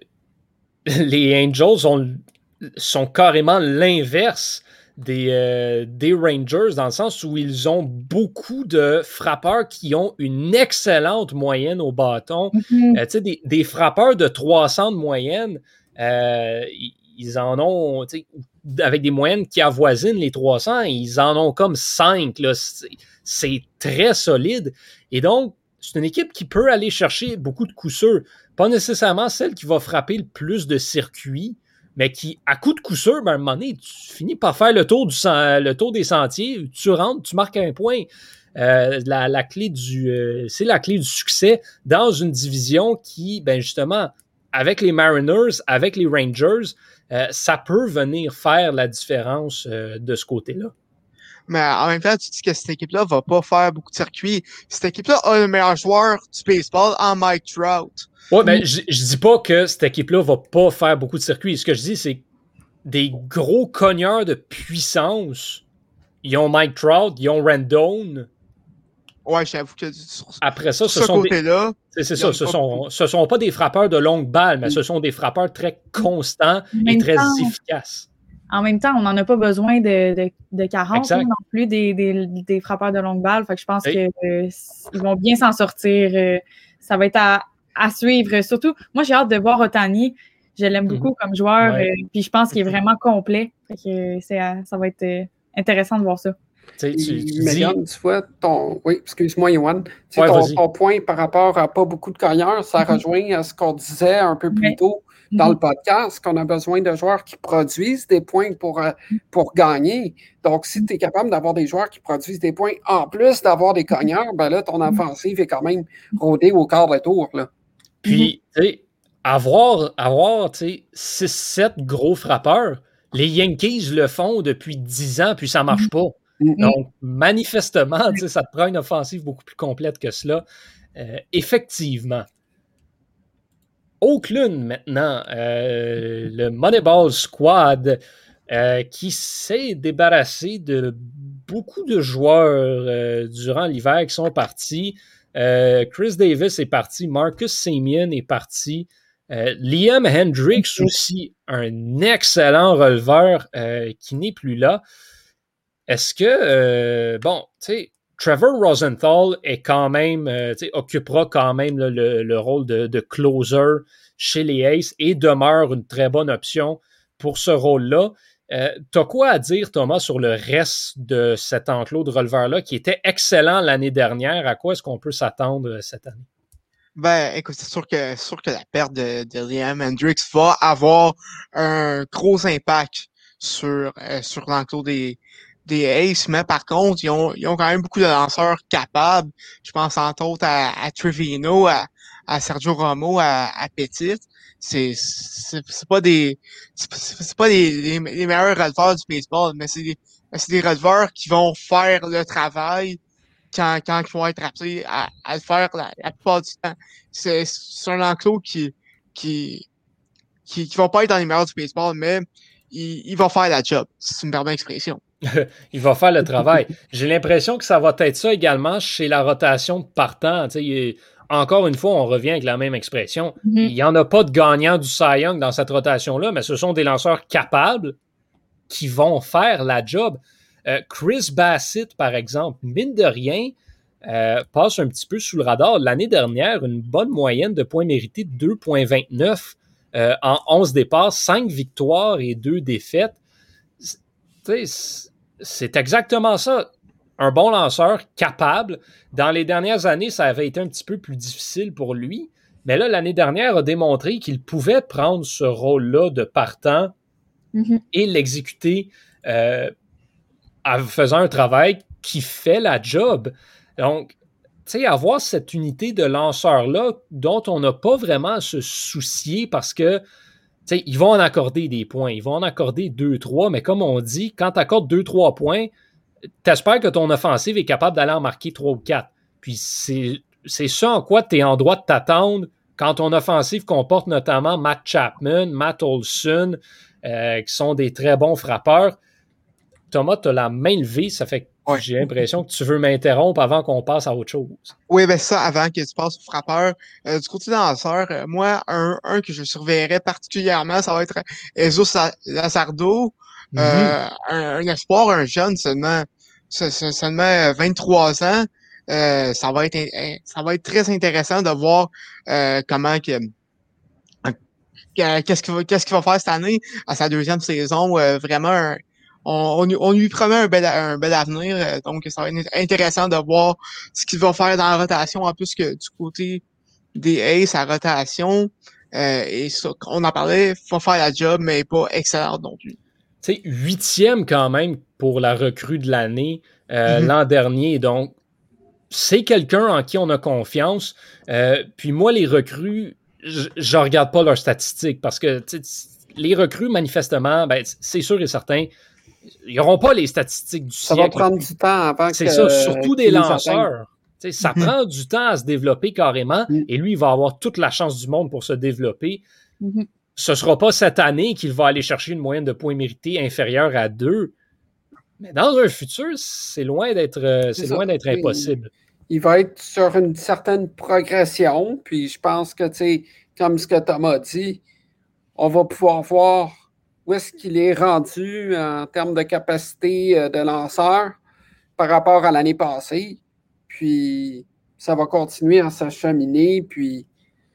[SPEAKER 1] les Angels ont, sont carrément l'inverse des, euh, des Rangers, dans le sens où ils ont beaucoup de frappeurs qui ont une excellente moyenne au bâton.
[SPEAKER 3] Mhm.
[SPEAKER 1] Euh, tu sais, des, des frappeurs de trois cents de moyenne, euh, ils en ont, tu sais, avec des moyennes qui avoisinent les trois cents, ils en ont comme cinq. Là. C'est, c'est très solide. Et donc, c'est une équipe qui peut aller chercher beaucoup de coups sûrs. Pas nécessairement celle qui va frapper le plus de circuits, mais qui, à coup de coup sûr, ben, à un moment donné, tu finis par faire le tour, du, le tour des sentiers, tu rentres, tu marques un point. Euh, la, la clé du, euh, c'est la clé du succès dans une division qui, ben justement, avec les Mariners, avec les Rangers, euh, ça peut venir faire la différence euh, de ce côté-là.
[SPEAKER 2] Mais en même temps, tu dis que cette équipe-là va pas faire beaucoup de circuits. Cette équipe-là a le meilleur joueur du baseball en Mike Trout.
[SPEAKER 1] Ouais, ben, je, je dis pas que cette équipe-là va pas faire beaucoup de circuits. Ce que je dis, c'est des gros cogneurs de puissance. Ils ont Mike Trout, ils ont Rendon.
[SPEAKER 2] Ouais, j'avoue que sur,
[SPEAKER 1] après ça,
[SPEAKER 2] sur
[SPEAKER 1] ce
[SPEAKER 2] ce
[SPEAKER 1] sont
[SPEAKER 2] côté-là,
[SPEAKER 1] des, c'est, c'est ça, ce sont, ce sont pas des frappeurs de longue balle, mais ce sont des frappeurs très constants et très
[SPEAKER 3] temps,
[SPEAKER 1] efficaces.
[SPEAKER 3] En même temps, on n'en a pas besoin de, de, de quarante hein, non plus des, des, des frappeurs de longue balle. Fait que je pense hey. qu'ils euh, vont bien s'en sortir. Euh, ça va être à, à suivre. Surtout, moi, j'ai hâte de voir Ohtani. Je l'aime beaucoup mm-hmm. comme joueur. Ouais. Euh, puis je pense qu'il est vraiment complet. Fait que c'est, ça va être euh, intéressant de voir ça.
[SPEAKER 4] Tu, tu, tu Méliane, dis... tu vois, ton... Oui, excuse-moi, Yoann. Ouais, ton, ton point par rapport à pas beaucoup de cogneurs, ça mm-hmm. rejoint à ce qu'on disait un peu plus ouais. tôt dans mm-hmm. le podcast, qu'on a besoin de joueurs qui produisent des points pour, pour gagner. Donc, si tu es capable d'avoir des joueurs qui produisent des points en plus d'avoir des cogneurs, ben là, ton offensive est quand même rodée au quart de tour. Là.
[SPEAKER 1] Puis, tu sais, avoir, avoir six sept gros frappeurs, les Yankees le font depuis dix ans, puis ça marche pas. Mm-hmm. Donc, manifestement, ça te prend une offensive beaucoup plus complète que cela. Euh, effectivement. Oakland, maintenant, euh, le Moneyball Squad, euh, qui s'est débarrassé de beaucoup de joueurs euh, durant l'hiver qui sont partis. Euh, Chris Davis est parti, Marcus Semien est parti, euh, Liam Hendricks aussi, un excellent releveur euh, qui n'est plus là. Est-ce que, euh, bon, tu sais, Trevor Rosenthal est quand même, euh, occupera quand même là, le, le rôle de, de closer chez les Aces et demeure une très bonne option pour ce rôle-là. Euh, t'as quoi à dire, Thomas, sur le reste de cet enclos de releveur-là qui était excellent l'année dernière? À quoi est-ce qu'on peut s'attendre cette année?
[SPEAKER 2] Ben, écoute, c'est sûr que, c'est sûr que la perte de, de Liam Hendricks va avoir un gros impact sur, euh, sur l'enclos des, des Aces, mais par contre, ils ont, ils ont quand même beaucoup de lanceurs capables. Je pense entre autres à, à Trevino, à, à Sergio Romo, à, à Petit. C'est, c'est, c'est pas des, c'est, c'est pas les, les, les meilleurs releveurs du baseball, mais c'est des, c'est des releveurs qui vont faire le travail quand, quand ils vont être appelés à, à le faire la, la plupart du temps. C'est, c'est un enclos qui, qui, qui, qui va pas être dans les meilleurs du baseball, mais il, il va faire la job, si tu me permets l'expression.
[SPEAKER 1] Il va faire le travail. J'ai l'impression que ça va être ça également chez la rotation de partant. Tu sais, encore une fois, on revient avec la même expression.
[SPEAKER 3] Mm-hmm.
[SPEAKER 1] Il n'y en a pas de gagnant du Cy Young dans cette rotation-là, mais ce sont des lanceurs capables qui vont faire la job. Euh, Chris Bassitt, par exemple, mine de rien, euh, passe un petit peu sous le radar. L'année dernière, une bonne moyenne de points mérités de deux virgule vingt-neuf euh, en onze départs, cinq victoires et deux défaites. C'est, c'est exactement ça. Un bon lanceur capable. Dans les dernières années, ça avait été un petit peu plus difficile pour lui. Mais là, l'année dernière a démontré qu'il pouvait prendre ce rôle-là de partant mm-hmm. et l'exécuter euh, en faisant un travail qui fait la job. Donc, tu sais, avoir cette unité de lanceurs-là dont on n'a pas vraiment à se soucier parce que, tu sais, ils vont en accorder des points. Ils vont en accorder deux trois, mais comme on dit, quand tu accordes deux trois points, t'espères que ton offensive est capable d'aller en marquer trois ou quatre. Puis c'est, c'est ça en quoi tu es en droit de t'attendre quand ton offensive comporte notamment Matt Chapman, Matt Olson, euh, qui sont des très bons frappeurs. Thomas, tu as la main levée, ça fait que ouais. j'ai l'impression que tu veux m'interrompre avant qu'on passe à autre chose.
[SPEAKER 2] Oui, ben ça, avant que tu passes au frappeur. Euh, du côté lanceur, euh, moi, un, un que je surveillerais particulièrement, ça va être Ezo Lazardo. Mm-hmm. Euh, un, un espoir, un jeune seulement, seulement vingt-trois ans. Euh, ça va être ça va être très intéressant de voir euh, comment que qu'est-ce qu'il va qu'est-ce qu'il va faire cette année à sa deuxième saison. Euh, vraiment, un, on, on, on lui promet un bel un bel avenir. Euh, donc, ça va être intéressant de voir ce qu'il va faire dans la rotation, en plus que du côté des Aces, sa rotation. Euh, et ça, on en parlait, il faut faire la job, mais pas excellente non plus.
[SPEAKER 1] Tu sais, huitième quand même pour la recrue de l'année euh, mm-hmm. l'an dernier. Donc, c'est quelqu'un en qui on a confiance. Euh, puis moi, les recrues, je ne regarde pas leurs statistiques parce que les recrues, manifestement, ben, c'est sûr et certain, ils n'auront pas les statistiques du
[SPEAKER 4] ça
[SPEAKER 1] siècle.
[SPEAKER 4] Ça va prendre du temps avant
[SPEAKER 1] c'est
[SPEAKER 4] que...
[SPEAKER 1] C'est ça, surtout des lanceurs. Ça mm-hmm. prend du temps à se développer carrément
[SPEAKER 4] mm-hmm.
[SPEAKER 1] et lui, il va avoir toute la chance du monde pour se développer.
[SPEAKER 3] Mm-hmm.
[SPEAKER 1] Ce ne sera pas cette année qu'il va aller chercher une moyenne de points mérités inférieure à deux. Mais dans un futur, c'est loin d'être, euh, c'est c'est loin d'être impossible.
[SPEAKER 4] Il, il va être sur une certaine progression. Puis je pense que, tu sais, comme ce que Thomas dit, on va pouvoir voir où est-ce qu'il est rendu en termes de capacité de lanceur par rapport à l'année passée. Puis ça va continuer à s'acheminer. Puis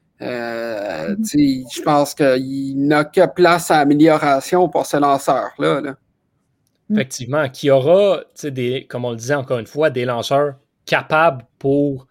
[SPEAKER 4] Euh, je pense qu'il n'a que place à amélioration pour ce lanceur-là. Là.
[SPEAKER 1] Effectivement, qui aura, des, comme on le disait encore une fois, des lanceurs capables pour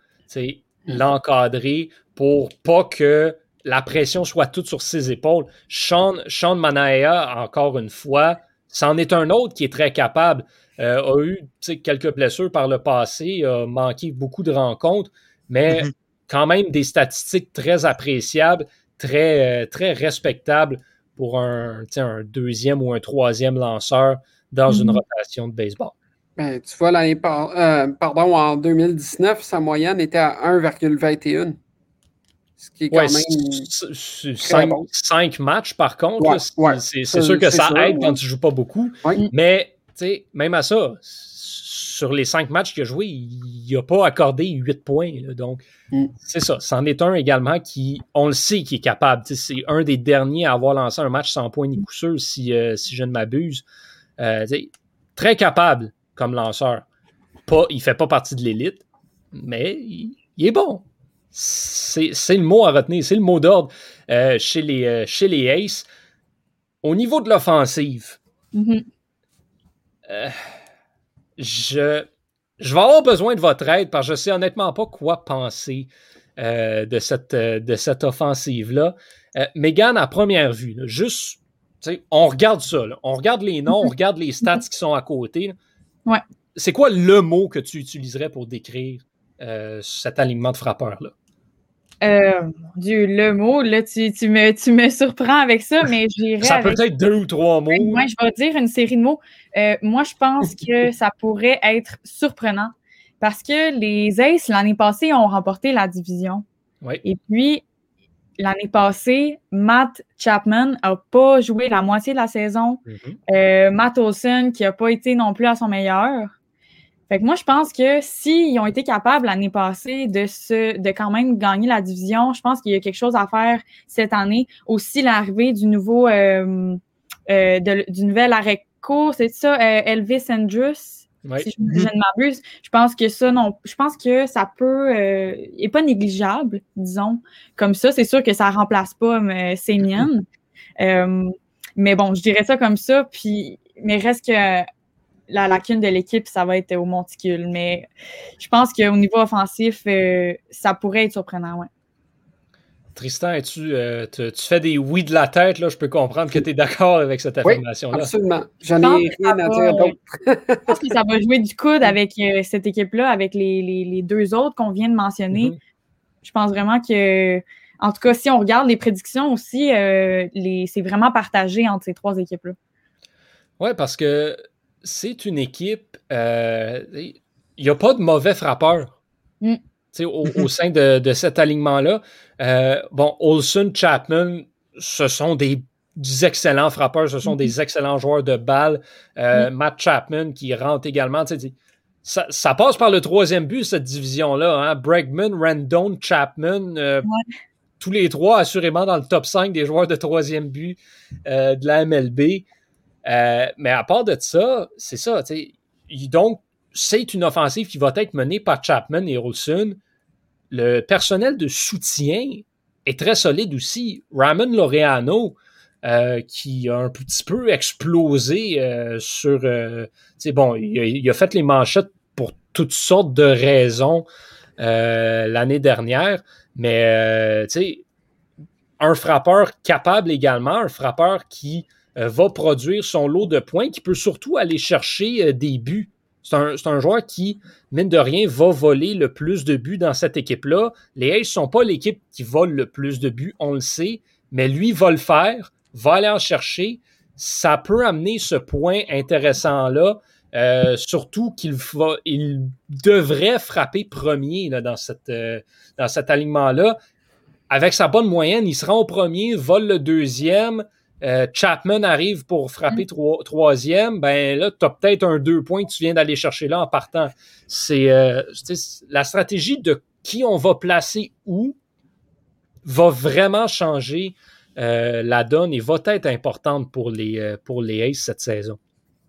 [SPEAKER 1] l'encadrer, pour pas que la pression soit toute sur ses épaules. Sean, Sean Manaea, encore une fois, c'en est un autre qui est très capable. Euh, a eu quelques blessures par le passé, a manqué beaucoup de rencontres, mais mm-hmm. quand même des statistiques très appréciables, très, euh, très respectables pour un, un deuxième ou un troisième lanceur dans mm-hmm. une rotation de baseball.
[SPEAKER 4] Ben, tu vois, l'année par, euh, pardon, en deux mille dix-neuf, sa moyenne était à un virgule vingt et un. Ce qui est quand
[SPEAKER 1] ouais,
[SPEAKER 4] même.
[SPEAKER 1] C'est cinq, bon. cinq matchs, par contre.
[SPEAKER 4] Ouais,
[SPEAKER 1] là, c'est,
[SPEAKER 4] ouais.
[SPEAKER 1] c'est, c'est sûr que ça sûr, aide ouais. quand tu ne joues pas beaucoup.
[SPEAKER 4] Ouais.
[SPEAKER 1] Mais, tu sais, même à ça, sur les cinq matchs qu'il a joués, il n'a pas accordé huit points. Là, donc, mm. c'est ça. C'en est un également qui, on le sait, qui est capable. C'est un des derniers à avoir lancé un match sans points ni coup sûr, si, euh, si je ne m'abuse. Euh, très capable comme lanceur. Pas, il ne fait pas partie de l'élite, mais il, il est bon. C'est, c'est le mot à retenir, c'est le mot d'ordre euh, chez, les, euh, chez les Aces. Au niveau de l'offensive,
[SPEAKER 3] mm-hmm.
[SPEAKER 1] euh, je, je vais avoir besoin de votre aide parce que je ne sais honnêtement pas quoi penser euh, de, cette, euh, de cette offensive-là. Euh, Megan, à première vue, là, juste, on regarde ça, là, on regarde les noms, on regarde les stats qui sont à côté. Là.
[SPEAKER 3] Ouais.
[SPEAKER 1] C'est quoi le mot que tu utiliserais pour décrire euh, cet alignement de frappeurs-là?
[SPEAKER 3] Euh, mon Dieu, le mot, là, tu, tu, me, tu me surprends avec ça, mais j'irais.
[SPEAKER 1] Ça
[SPEAKER 3] avec...
[SPEAKER 1] peut être deux ou trois mots.
[SPEAKER 3] Moi, je vais dire une série de mots. Euh, moi, je pense que ça pourrait être surprenant parce que les Aces, l'année passée, ont remporté la division.
[SPEAKER 1] Oui.
[SPEAKER 3] Et puis, l'année passée, Matt Chapman n'a pas joué la moitié de la saison.
[SPEAKER 1] Mm-hmm.
[SPEAKER 3] Euh, Matt Olson, qui n'a pas été non plus à son meilleur. Fait que moi, je pense que s'ils ont été capables l'année passée de se, de quand même gagner la division, je pense qu'il y a quelque chose à faire cette année. Aussi, l'arrivée du nouveau, euh, euh, de, du nouvel arrêt-court, c'est ça, euh, Elvis Andrus,
[SPEAKER 1] Oui.
[SPEAKER 3] si je, je ne m'abuse. Je pense que ça, non, je pense que ça peut, euh, est pas négligeable, disons, comme ça. C'est sûr que ça remplace pas euh, Semien. euh, mais bon, je dirais ça comme ça, puis, mais reste que, la lacune de l'équipe, ça va être au monticule. Mais je pense qu'au niveau offensif, euh, ça pourrait être surprenant, ouais.
[SPEAKER 1] Tristan, es-tu, euh, tu, tu fais des oui de la tête, là, je peux comprendre que tu es d'accord avec cette affirmation-là.
[SPEAKER 4] Oui, absolument. J'en ai rien à dire d'autre.
[SPEAKER 3] Je pense que ça va jouer du coude avec euh, cette équipe-là, avec les, les, les deux autres qu'on vient de mentionner. Mm-hmm. Je pense vraiment que, en tout cas, si on regarde les prédictions aussi, euh, les, c'est vraiment partagé entre ces trois équipes-là.
[SPEAKER 1] Oui, parce que c'est une équipe, il euh, n'y a pas de mauvais frappeurs mm. au, au sein de, de cet alignement-là. Euh, bon, Olsen, Chapman, ce sont des, des excellents frappeurs, ce sont mm. des excellents joueurs de balle. Euh, mm. Matt Chapman qui rentre également. Ça, ça passe par le troisième but, cette division-là. Hein? Bregman, Rendon, Chapman, euh, ouais. tous les trois assurément dans le top cinq des joueurs de troisième but euh, de la M L B. Euh, mais à part de ça, c'est ça. T'sais. Donc, c'est une offensive qui va être menée par Chapman et Olsen. Le personnel de soutien est très solide aussi. Ramon Laureano, euh, qui a un petit peu explosé euh, sur... Euh, bon, il a, il a fait les manchettes pour toutes sortes de raisons euh, l'année dernière, mais euh, un frappeur capable également, un frappeur qui euh, va produire son lot de points, qui peut surtout aller chercher euh, des buts. C'est un, c'est un joueur qui, mine de rien, va voler le plus de buts dans cette équipe-là. Les Aces ne sont pas l'équipe qui vole le plus de buts, on le sait, mais lui va le faire, va aller en chercher. Ça peut amener ce point intéressant-là, euh, surtout qu'il va, il devrait frapper premier là, dans, cette, euh, dans cet alignement-là. Avec sa bonne moyenne, il se rend au premier, vole le deuxième. Euh, Chapman arrive pour frapper mm. tro- troisième. Ben là, tu as peut-être un deux points que tu viens d'aller chercher là en partant. C'est, euh, c'est la stratégie de qui on va placer où va vraiment changer euh, la donne et va être importante pour les, euh, pour les Aces cette saison.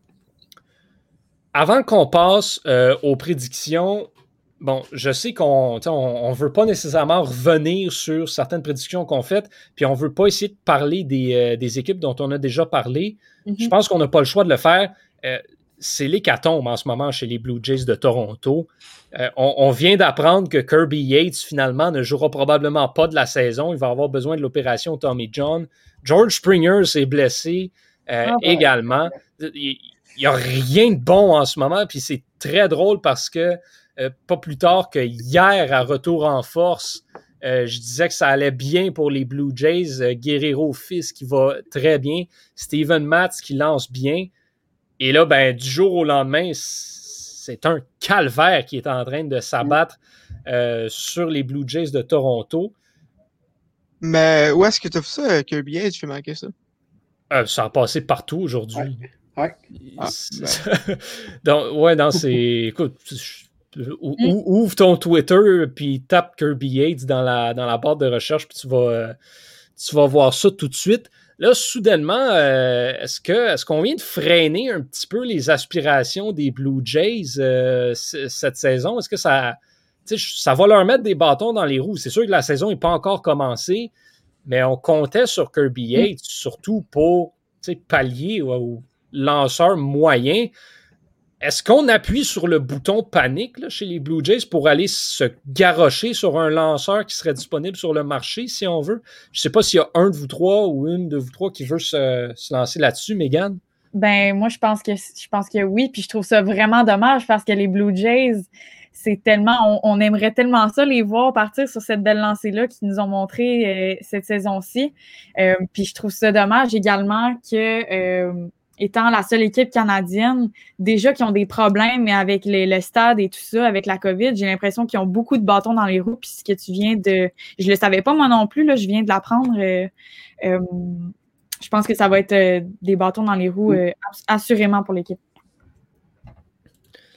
[SPEAKER 1] Avant qu'on passe euh, aux prédictions, bon, je sais qu'on on, on veut pas nécessairement revenir sur certaines prédictions qu'on fait, puis on veut pas essayer de parler des, euh, des équipes dont on a déjà parlé. Mm-hmm. Je pense qu'on n'a pas le choix de le faire. Euh, c'est l'hécatombe en ce moment chez les Blue Jays de Toronto. Euh, on, on vient d'apprendre que Kirby Yates, finalement, ne jouera probablement pas de la saison. Il va avoir besoin de l'opération Tommy John. George Springer s'est blessé euh, ah, ben, également. Il n'y a rien de bon en ce moment, puis c'est très drôle parce que Euh, pas plus tard que hier, à Retour en force, euh, je disais que ça allait bien pour les Blue Jays. Euh, Guerrero fils qui va très bien. Steven Matz qui lance bien. Et là, ben, du jour au lendemain, c'est un calvaire qui est en train de s'abattre euh, sur les Blue Jays de Toronto.
[SPEAKER 2] Mais où est-ce que tu as fait ça, Kirby Yates? Je fais manquer ça.
[SPEAKER 1] Euh, ça a passé partout aujourd'hui.
[SPEAKER 4] Ouais. ouais.
[SPEAKER 2] Ah,
[SPEAKER 1] ben. Donc, ouais, non, c'est... Écoute... Ou, mm. Ouvre ton Twitter puis tape Kirby Yates dans la, dans la barre de recherche puis tu vas, euh, tu vas voir ça tout de suite. Là, soudainement, euh, est-ce, que, est-ce qu'on vient de freiner un petit peu les aspirations des Blue Jays euh, c- cette saison? Est-ce que ça, ça va leur mettre des bâtons dans les roues? C'est sûr que la saison n'est pas encore commencée, mais on comptait sur Kirby Yates, mm. surtout pour pallier aux lanceurs moyens. Est-ce qu'on appuie sur le bouton panique là, chez les Blue Jays pour aller se garrocher sur un lanceur qui serait disponible sur le marché, si on veut? Je ne sais pas s'il y a un de vous trois ou une de vous trois qui veut se, se lancer là-dessus, Mégane.
[SPEAKER 3] Ben, moi, je pense que je pense que oui, puis je trouve ça vraiment dommage parce que les Blue Jays, c'est tellement, on, on aimerait tellement ça les voir partir sur cette belle lancée-là qu'ils nous ont montré euh, cette saison-ci. Euh, puis je trouve ça dommage également que... Euh, étant la seule équipe canadienne, déjà qui ont des problèmes, mais avec les, le stade et tout ça, avec la COVID, j'ai l'impression qu'ils ont beaucoup de bâtons dans les roues. Puis ce que tu viens de... Je le savais pas moi non plus, là, je viens de l'apprendre. Euh, euh, je pense que ça va être euh, des bâtons dans les roues, euh, assurément pour l'équipe.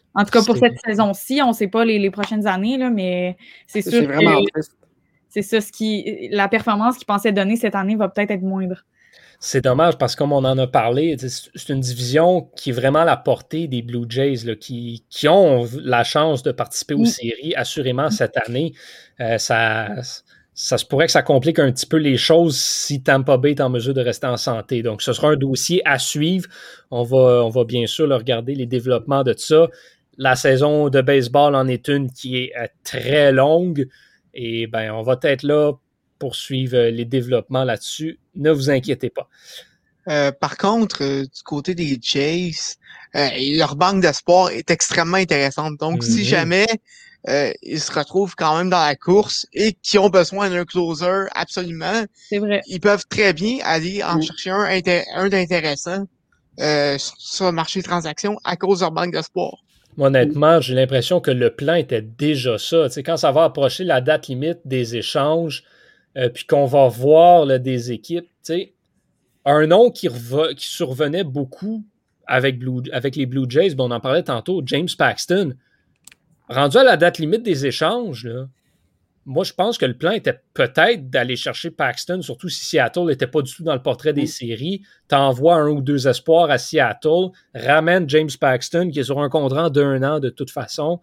[SPEAKER 3] En tout cas, pour
[SPEAKER 1] C'est-
[SPEAKER 3] cette saison-ci, on ne sait pas les, les prochaines années, là, mais c'est sûr
[SPEAKER 4] C'est vraiment
[SPEAKER 3] que
[SPEAKER 4] triste.
[SPEAKER 3] c'est ça, ce qui, la performance qu'ils pensaient donner cette année va peut-être être moindre.
[SPEAKER 1] C'est dommage parce que comme on en a parlé, c'est une division qui est vraiment à la portée des Blue Jays, là, qui, qui ont la chance de participer aux
[SPEAKER 3] Oui.
[SPEAKER 1] séries assurément cette année. Euh, ça, ça se pourrait que ça complique un petit peu les choses si Tampa Bay est en mesure de rester en santé. Donc, ce sera un dossier à suivre. On va, on va bien sûr là, regarder les développements de ça. La saison de baseball en est une qui est euh, très longue et ben, on va être là pour suivre les développements là-dessus. Ne vous inquiétez pas.
[SPEAKER 2] Euh, par contre, euh, du côté des Jays, euh, leur banque d'espoir est extrêmement intéressante. Donc,
[SPEAKER 1] Mm-hmm.
[SPEAKER 2] si jamais euh, ils se retrouvent quand même dans la course et qui ont besoin d'un closer absolument,
[SPEAKER 3] C'est vrai.
[SPEAKER 2] ils peuvent très bien aller en
[SPEAKER 4] Mm.
[SPEAKER 2] chercher un, inté- un d'intéressant euh, sur le marché de transactions à cause de leur banque d'espoir.
[SPEAKER 1] Honnêtement, j'ai l'impression que le plan était déjà ça. Tu sais, quand ça va approcher la date limite des échanges, euh, puis qu'on va voir là, des équipes, tu sais, un nom qui, reva- qui survenait beaucoup avec, Blue, avec les Blue Jays, bon, on en parlait tantôt, James Paxton. Rendu à la date limite des échanges, là, moi, je pense que le plan était peut-être d'aller chercher Paxton, surtout si Seattle n'était pas du tout dans le portrait des séries. T'envoies un ou deux espoirs à Seattle, ramène James Paxton, qui est sur un contrat d'un an de toute façon.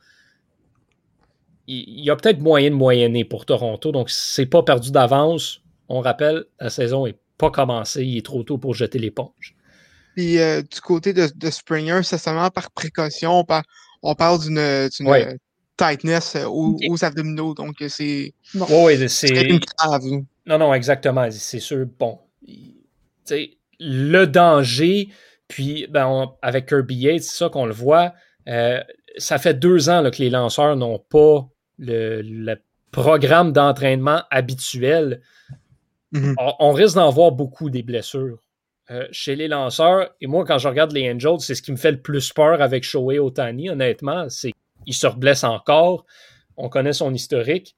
[SPEAKER 1] Il y a peut-être moyen de moyenner pour Toronto, donc c'est pas perdu d'avance. On rappelle, la saison n'est pas commencée, il est trop tôt pour jeter l'éponge.
[SPEAKER 2] Puis euh, du côté de, de Springer, c'est seulement par précaution, par, on parle d'une, d'une
[SPEAKER 1] Ouais.
[SPEAKER 2] tightness aux,
[SPEAKER 3] Okay.
[SPEAKER 2] aux abdominaux, donc c'est,
[SPEAKER 3] Bon.
[SPEAKER 1] Oui,
[SPEAKER 2] c'est
[SPEAKER 1] c'est...
[SPEAKER 2] grave.
[SPEAKER 1] Non, non, exactement, c'est sûr. Bon, tu sais, le danger, puis ben, on, avec Kirby Yates, c'est ça qu'on le voit, euh, ça fait deux ans là, que les lanceurs n'ont pas le, le programme d'entraînement habituel.
[SPEAKER 2] Mm-hmm.
[SPEAKER 1] On, on risque d'en voir beaucoup des blessures euh, chez les lanceurs. Et moi, quand je regarde les Angels, c'est ce qui me fait le plus peur avec Shohei Ohtani, honnêtement. C'est qu'il se reblesse encore. On connaît son historique.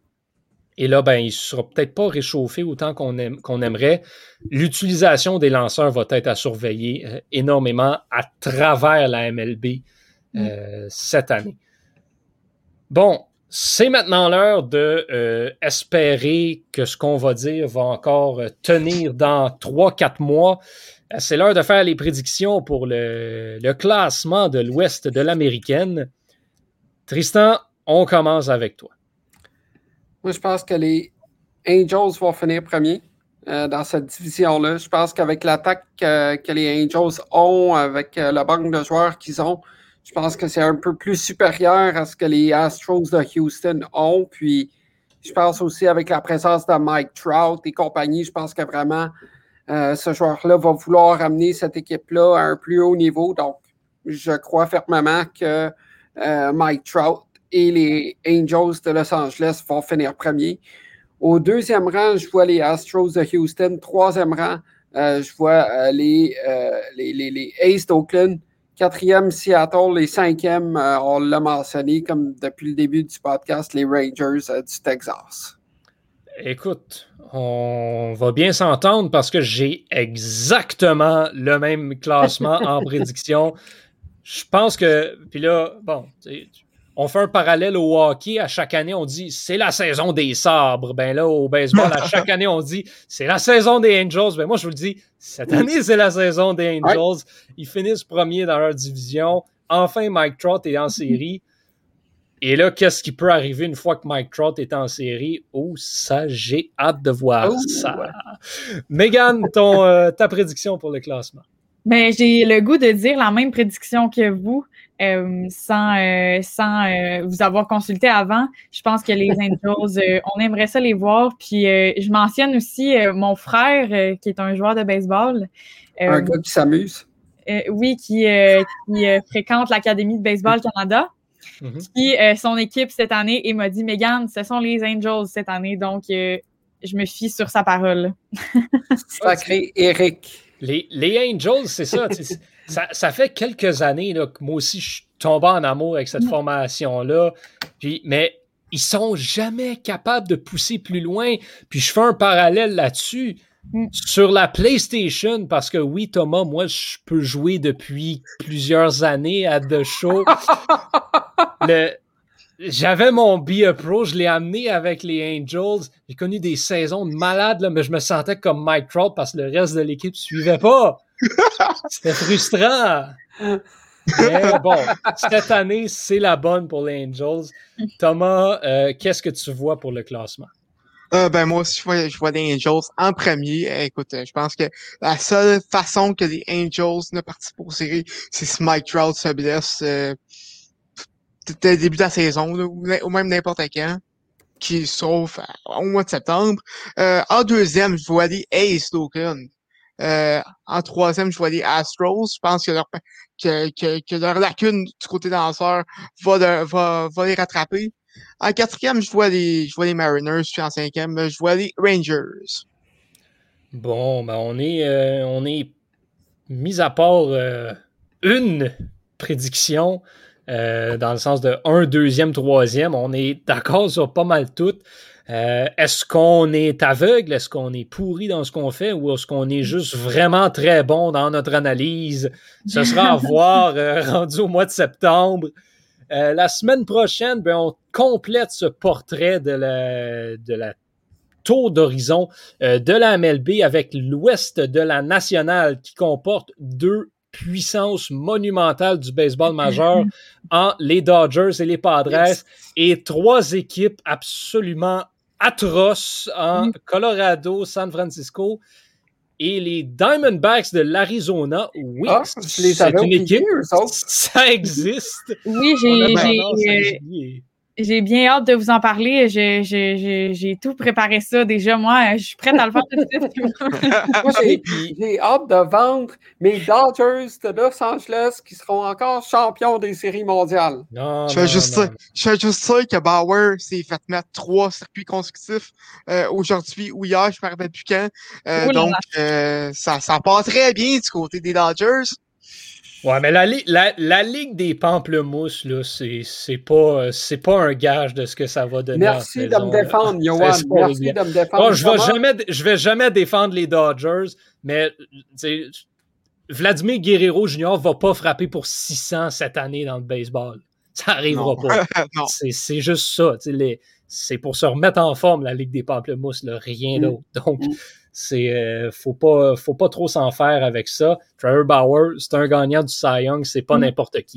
[SPEAKER 1] Et là, ben, il ne sera peut-être pas réchauffé autant qu'on, aime, qu'on aimerait. L'utilisation des lanceurs va être à surveiller euh, énormément à travers la M L B euh, mm. cette année. Bon, c'est maintenant l'heure de euh, espérer que ce qu'on va dire va encore tenir dans trois quatre mois. C'est l'heure de faire les prédictions pour le, le classement de l'Ouest de l'Américaine. Tristan, on commence avec toi.
[SPEAKER 4] Moi, je pense que les Angels vont finir premiers euh, dans cette division-là. Je pense qu'avec l'attaque euh, que les Angels ont, avec euh, la banque de joueurs qu'ils ont, je pense que c'est un peu plus supérieur à ce que les Astros de Houston ont. Puis, je pense aussi avec la présence de Mike Trout et compagnie, je pense que vraiment, euh, ce joueur-là va vouloir amener cette équipe-là à un plus haut niveau. Donc, je crois fermement que euh, Mike Trout et les Angels de Los Angeles vont finir premiers. Au deuxième rang, je vois les Astros de Houston. Troisième rang, euh, je vois euh, les, euh, les, les, les Aces d'Oakland. Quatrième, Seattle. Les cinquièmes, euh, on l'a mentionné comme depuis le début du podcast, les Rangers euh, du Texas.
[SPEAKER 1] Écoute, on va bien s'entendre parce que j'ai exactement le même classement en prédiction. Je pense que, puis là, bon, on fait un parallèle au hockey. À chaque année, on dit c'est la saison des sabres. Ben là, au baseball, à chaque année, on dit c'est la saison des Angels. Ben moi, je vous le dis, cette année, c'est la saison des Angels. Ouais. Ils finissent premiers dans leur division. Enfin, Mike Trout est en série. Et là, qu'est-ce qui peut arriver une fois que Mike Trout est en série? Oh, ça, j'ai hâte de voir oh, ça. Ouais. Mégane, ton, euh, ta prédiction pour le classement?
[SPEAKER 3] Ben, j'ai le goût de dire la même prédiction que vous, euh, sans, euh, sans euh, vous avoir consulté avant. Je pense que les Angels, euh, on aimerait ça les voir. Puis, euh, je mentionne aussi euh, mon frère, euh, qui est un joueur de baseball.
[SPEAKER 4] Euh, un gars qui s'amuse.
[SPEAKER 3] Euh, oui, qui, euh, qui euh, fréquente l'Académie de baseball Canada. Mm-hmm. Qui, euh, son équipe cette année, et m'a dit, Mégane, ce sont les Angels cette année. Donc, euh, je me fie sur sa parole.
[SPEAKER 4] Sacré Eric.
[SPEAKER 1] Les, les Angels, c'est ça, ça. Ça fait quelques années là, que moi aussi, je suis tombé en amour avec cette formation-là. Puis, mais ils sont jamais capables de pousser plus loin. Puis, je fais un parallèle là-dessus.
[SPEAKER 3] Mm.
[SPEAKER 1] Sur la PlayStation, parce que oui, Thomas, moi, je peux jouer depuis plusieurs années à The Show. Le... J'avais mon Be a Pro, je l'ai amené avec les Angels. J'ai connu des saisons de malade, là, mais je me sentais comme Mike Trout parce que le reste de l'équipe ne suivait pas. C'était frustrant. Mais bon, cette année, c'est la bonne pour les Angels. Thomas, euh, qu'est-ce que tu vois pour le classement?
[SPEAKER 2] Euh, ben moi aussi, je vois, je vois les Angels en premier. Euh, écoute, euh, je pense que la seule façon que les Angels ne participent aux séries, c'est si Mike Trout se blesse euh, dès le début de la saison, là, ou, ou même n'importe quand, qui sauf euh, au mois de septembre. Euh, en deuxième, je vois les A's d'Oakland. Euh, en troisième, je vois les Astros. Je pense que leur, que, que, que leur lacune du côté danseur va, de, va, va les rattraper. En quatrième, je vois les, je vois les Mariners. Puis en cinquième, je vois les Rangers.
[SPEAKER 1] Bon, ben on est, euh, on est mis à part euh, une prédiction, euh, dans le sens de un, deuxième, troisième, on est d'accord sur pas mal toutes. Euh, est-ce qu'on est aveugle? Est-ce qu'on est pourri dans ce qu'on fait? Ou est-ce qu'on est juste vraiment très bon dans notre analyse? Ce sera à voir euh, rendu au mois de septembre. Euh, la semaine prochaine, ben, on complète ce portrait de la, de la tour d'horizon euh, de la M L B avec l'ouest de la nationale qui comporte deux puissances monumentales du baseball majeur en les Dodgers et les Padres yes. et trois équipes absolument atroces en Colorado, San Francisco et les Diamondbacks de l'Arizona. Oui, ah, c'est une équipe, ça existe.
[SPEAKER 3] Oui, j'ai, j'ai, j'ai bien hâte de vous en parler. J'ai, j'ai, j'ai, j'ai tout préparé ça déjà. Moi, je suis prête à le faire tout de suite.
[SPEAKER 4] Moi, j'ai, j'ai hâte de vendre mes Dodgers de Los Angeles qui seront encore champions des séries mondiales.
[SPEAKER 2] Non, je, non, juste non. je suis juste sûr que Bauer s'est fait mettre trois circuits consécutifs euh, aujourd'hui ou hier, je ne me rappelle plus quand. Euh, donc, euh, ça, ça part très bien du côté des Dodgers.
[SPEAKER 1] Ouais, mais la, la, la Ligue des pamplemousses, là, c'est, c'est, pas, c'est pas un gage de ce que ça va donner.
[SPEAKER 4] Merci de me défendre, Yoann. Merci de me défendre.
[SPEAKER 1] Bon, je vais jamais, je vais jamais défendre les Dodgers, mais Vladimir Guerrero Junior va pas frapper pour six cents cette année dans le baseball. Ça arrivera non. pas. non. C'est, c'est juste ça. Les, c'est pour se remettre en forme, la Ligue des pamplemousses, là, rien mm. d'autre. Donc, mm. c'est euh, faut pas faut pas trop s'en faire avec ça. Trevor Bauer, c'est un gagnant du Cy Young, c'est pas mm. n'importe qui.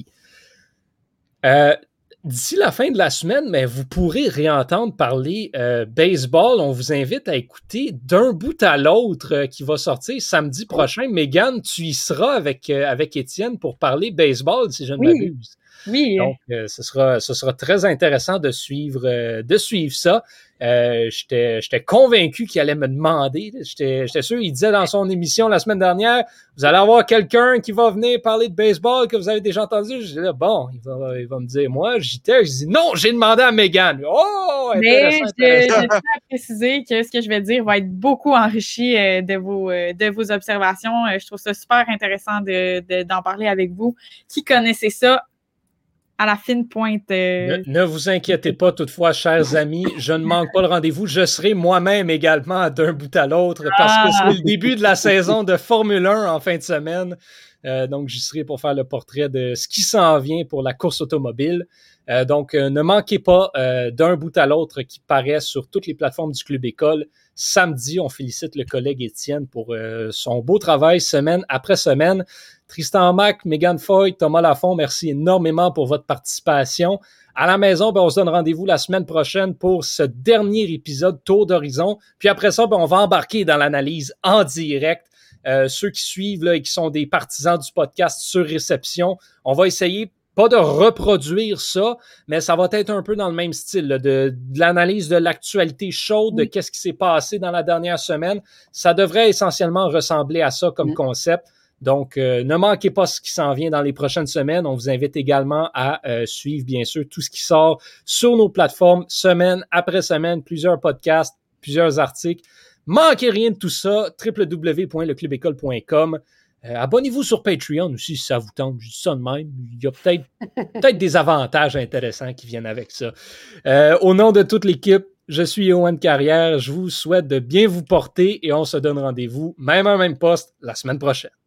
[SPEAKER 1] Euh, d'ici la fin de la semaine, mais vous pourrez réentendre parler euh, baseball. On vous invite à écouter D'un bout à l'autre euh, qui va sortir samedi prochain. Oh. Mégane, tu y seras avec, euh, avec Étienne pour parler baseball, si je ne
[SPEAKER 3] oui.
[SPEAKER 1] m'abuse.
[SPEAKER 3] Oui.
[SPEAKER 1] Donc, euh, ce sera, ce sera très intéressant de suivre, euh, de suivre ça. Euh, j'étais, j'étais convaincu qu'il allait me demander. J'étais, j'étais sûr, il disait dans son émission la semaine dernière, vous allez avoir quelqu'un qui va venir parler de baseball que vous avez déjà entendu. Je dis là, bon, il va, il va me dire, moi, j'étais, je dis non, j'ai demandé à Mégane. Oh,
[SPEAKER 3] mais je, je tiens à préciser que ce que je vais dire va être beaucoup enrichi euh, de vos, euh, de vos observations. Euh, je trouve ça super intéressant de, de, d'en parler avec vous. Qui connaissez ça? À la fine pointe. Euh...
[SPEAKER 1] Ne, ne vous inquiétez pas, toutefois, chers amis, je ne manque pas le rendez-vous. Je serai moi-même également d'un bout à l'autre parce ah. que c'est le début de la saison de Formule un en fin de semaine. Euh, donc, j'y serai pour faire le portrait de ce qui s'en vient pour la course automobile. Euh, donc, euh, ne manquez pas euh, d'un bout à l'autre qui paraît sur toutes les plateformes du Club École. Samedi, on félicite le collègue Étienne pour euh, son beau travail semaine après semaine. Tristan Mac, Mégane Foy, Thomas Lafont, merci énormément pour votre participation. À la maison, ben, on se donne rendez-vous la semaine prochaine pour ce dernier épisode Tour d'horizon. Puis après ça, ben, on va embarquer dans l'analyse en direct. Euh, ceux qui suivent là, et qui sont des partisans du podcast sur réception, on va essayer pas de reproduire ça, mais ça va être un peu dans le même style, là, de, de l'analyse de l'actualité chaude, de qu'est-ce qui s'est passé dans la dernière semaine. Ça devrait essentiellement ressembler à ça comme mmh. concept. Donc, euh, ne manquez pas ce qui s'en vient dans les prochaines semaines. On vous invite également à euh, suivre, bien sûr, tout ce qui sort sur nos plateformes, semaine après semaine, plusieurs podcasts, plusieurs articles. Manquez rien de tout ça, w w w point le club école point com. Euh, abonnez-vous sur Patreon aussi si ça vous tente. Je dis ça de même. Il y a peut-être, peut-être des avantages intéressants qui viennent avec ça. Euh, au nom de toute l'équipe, Je suis Owen Carrière. Je vous souhaite de bien vous porter et on se donne rendez-vous, même à même poste, la semaine prochaine.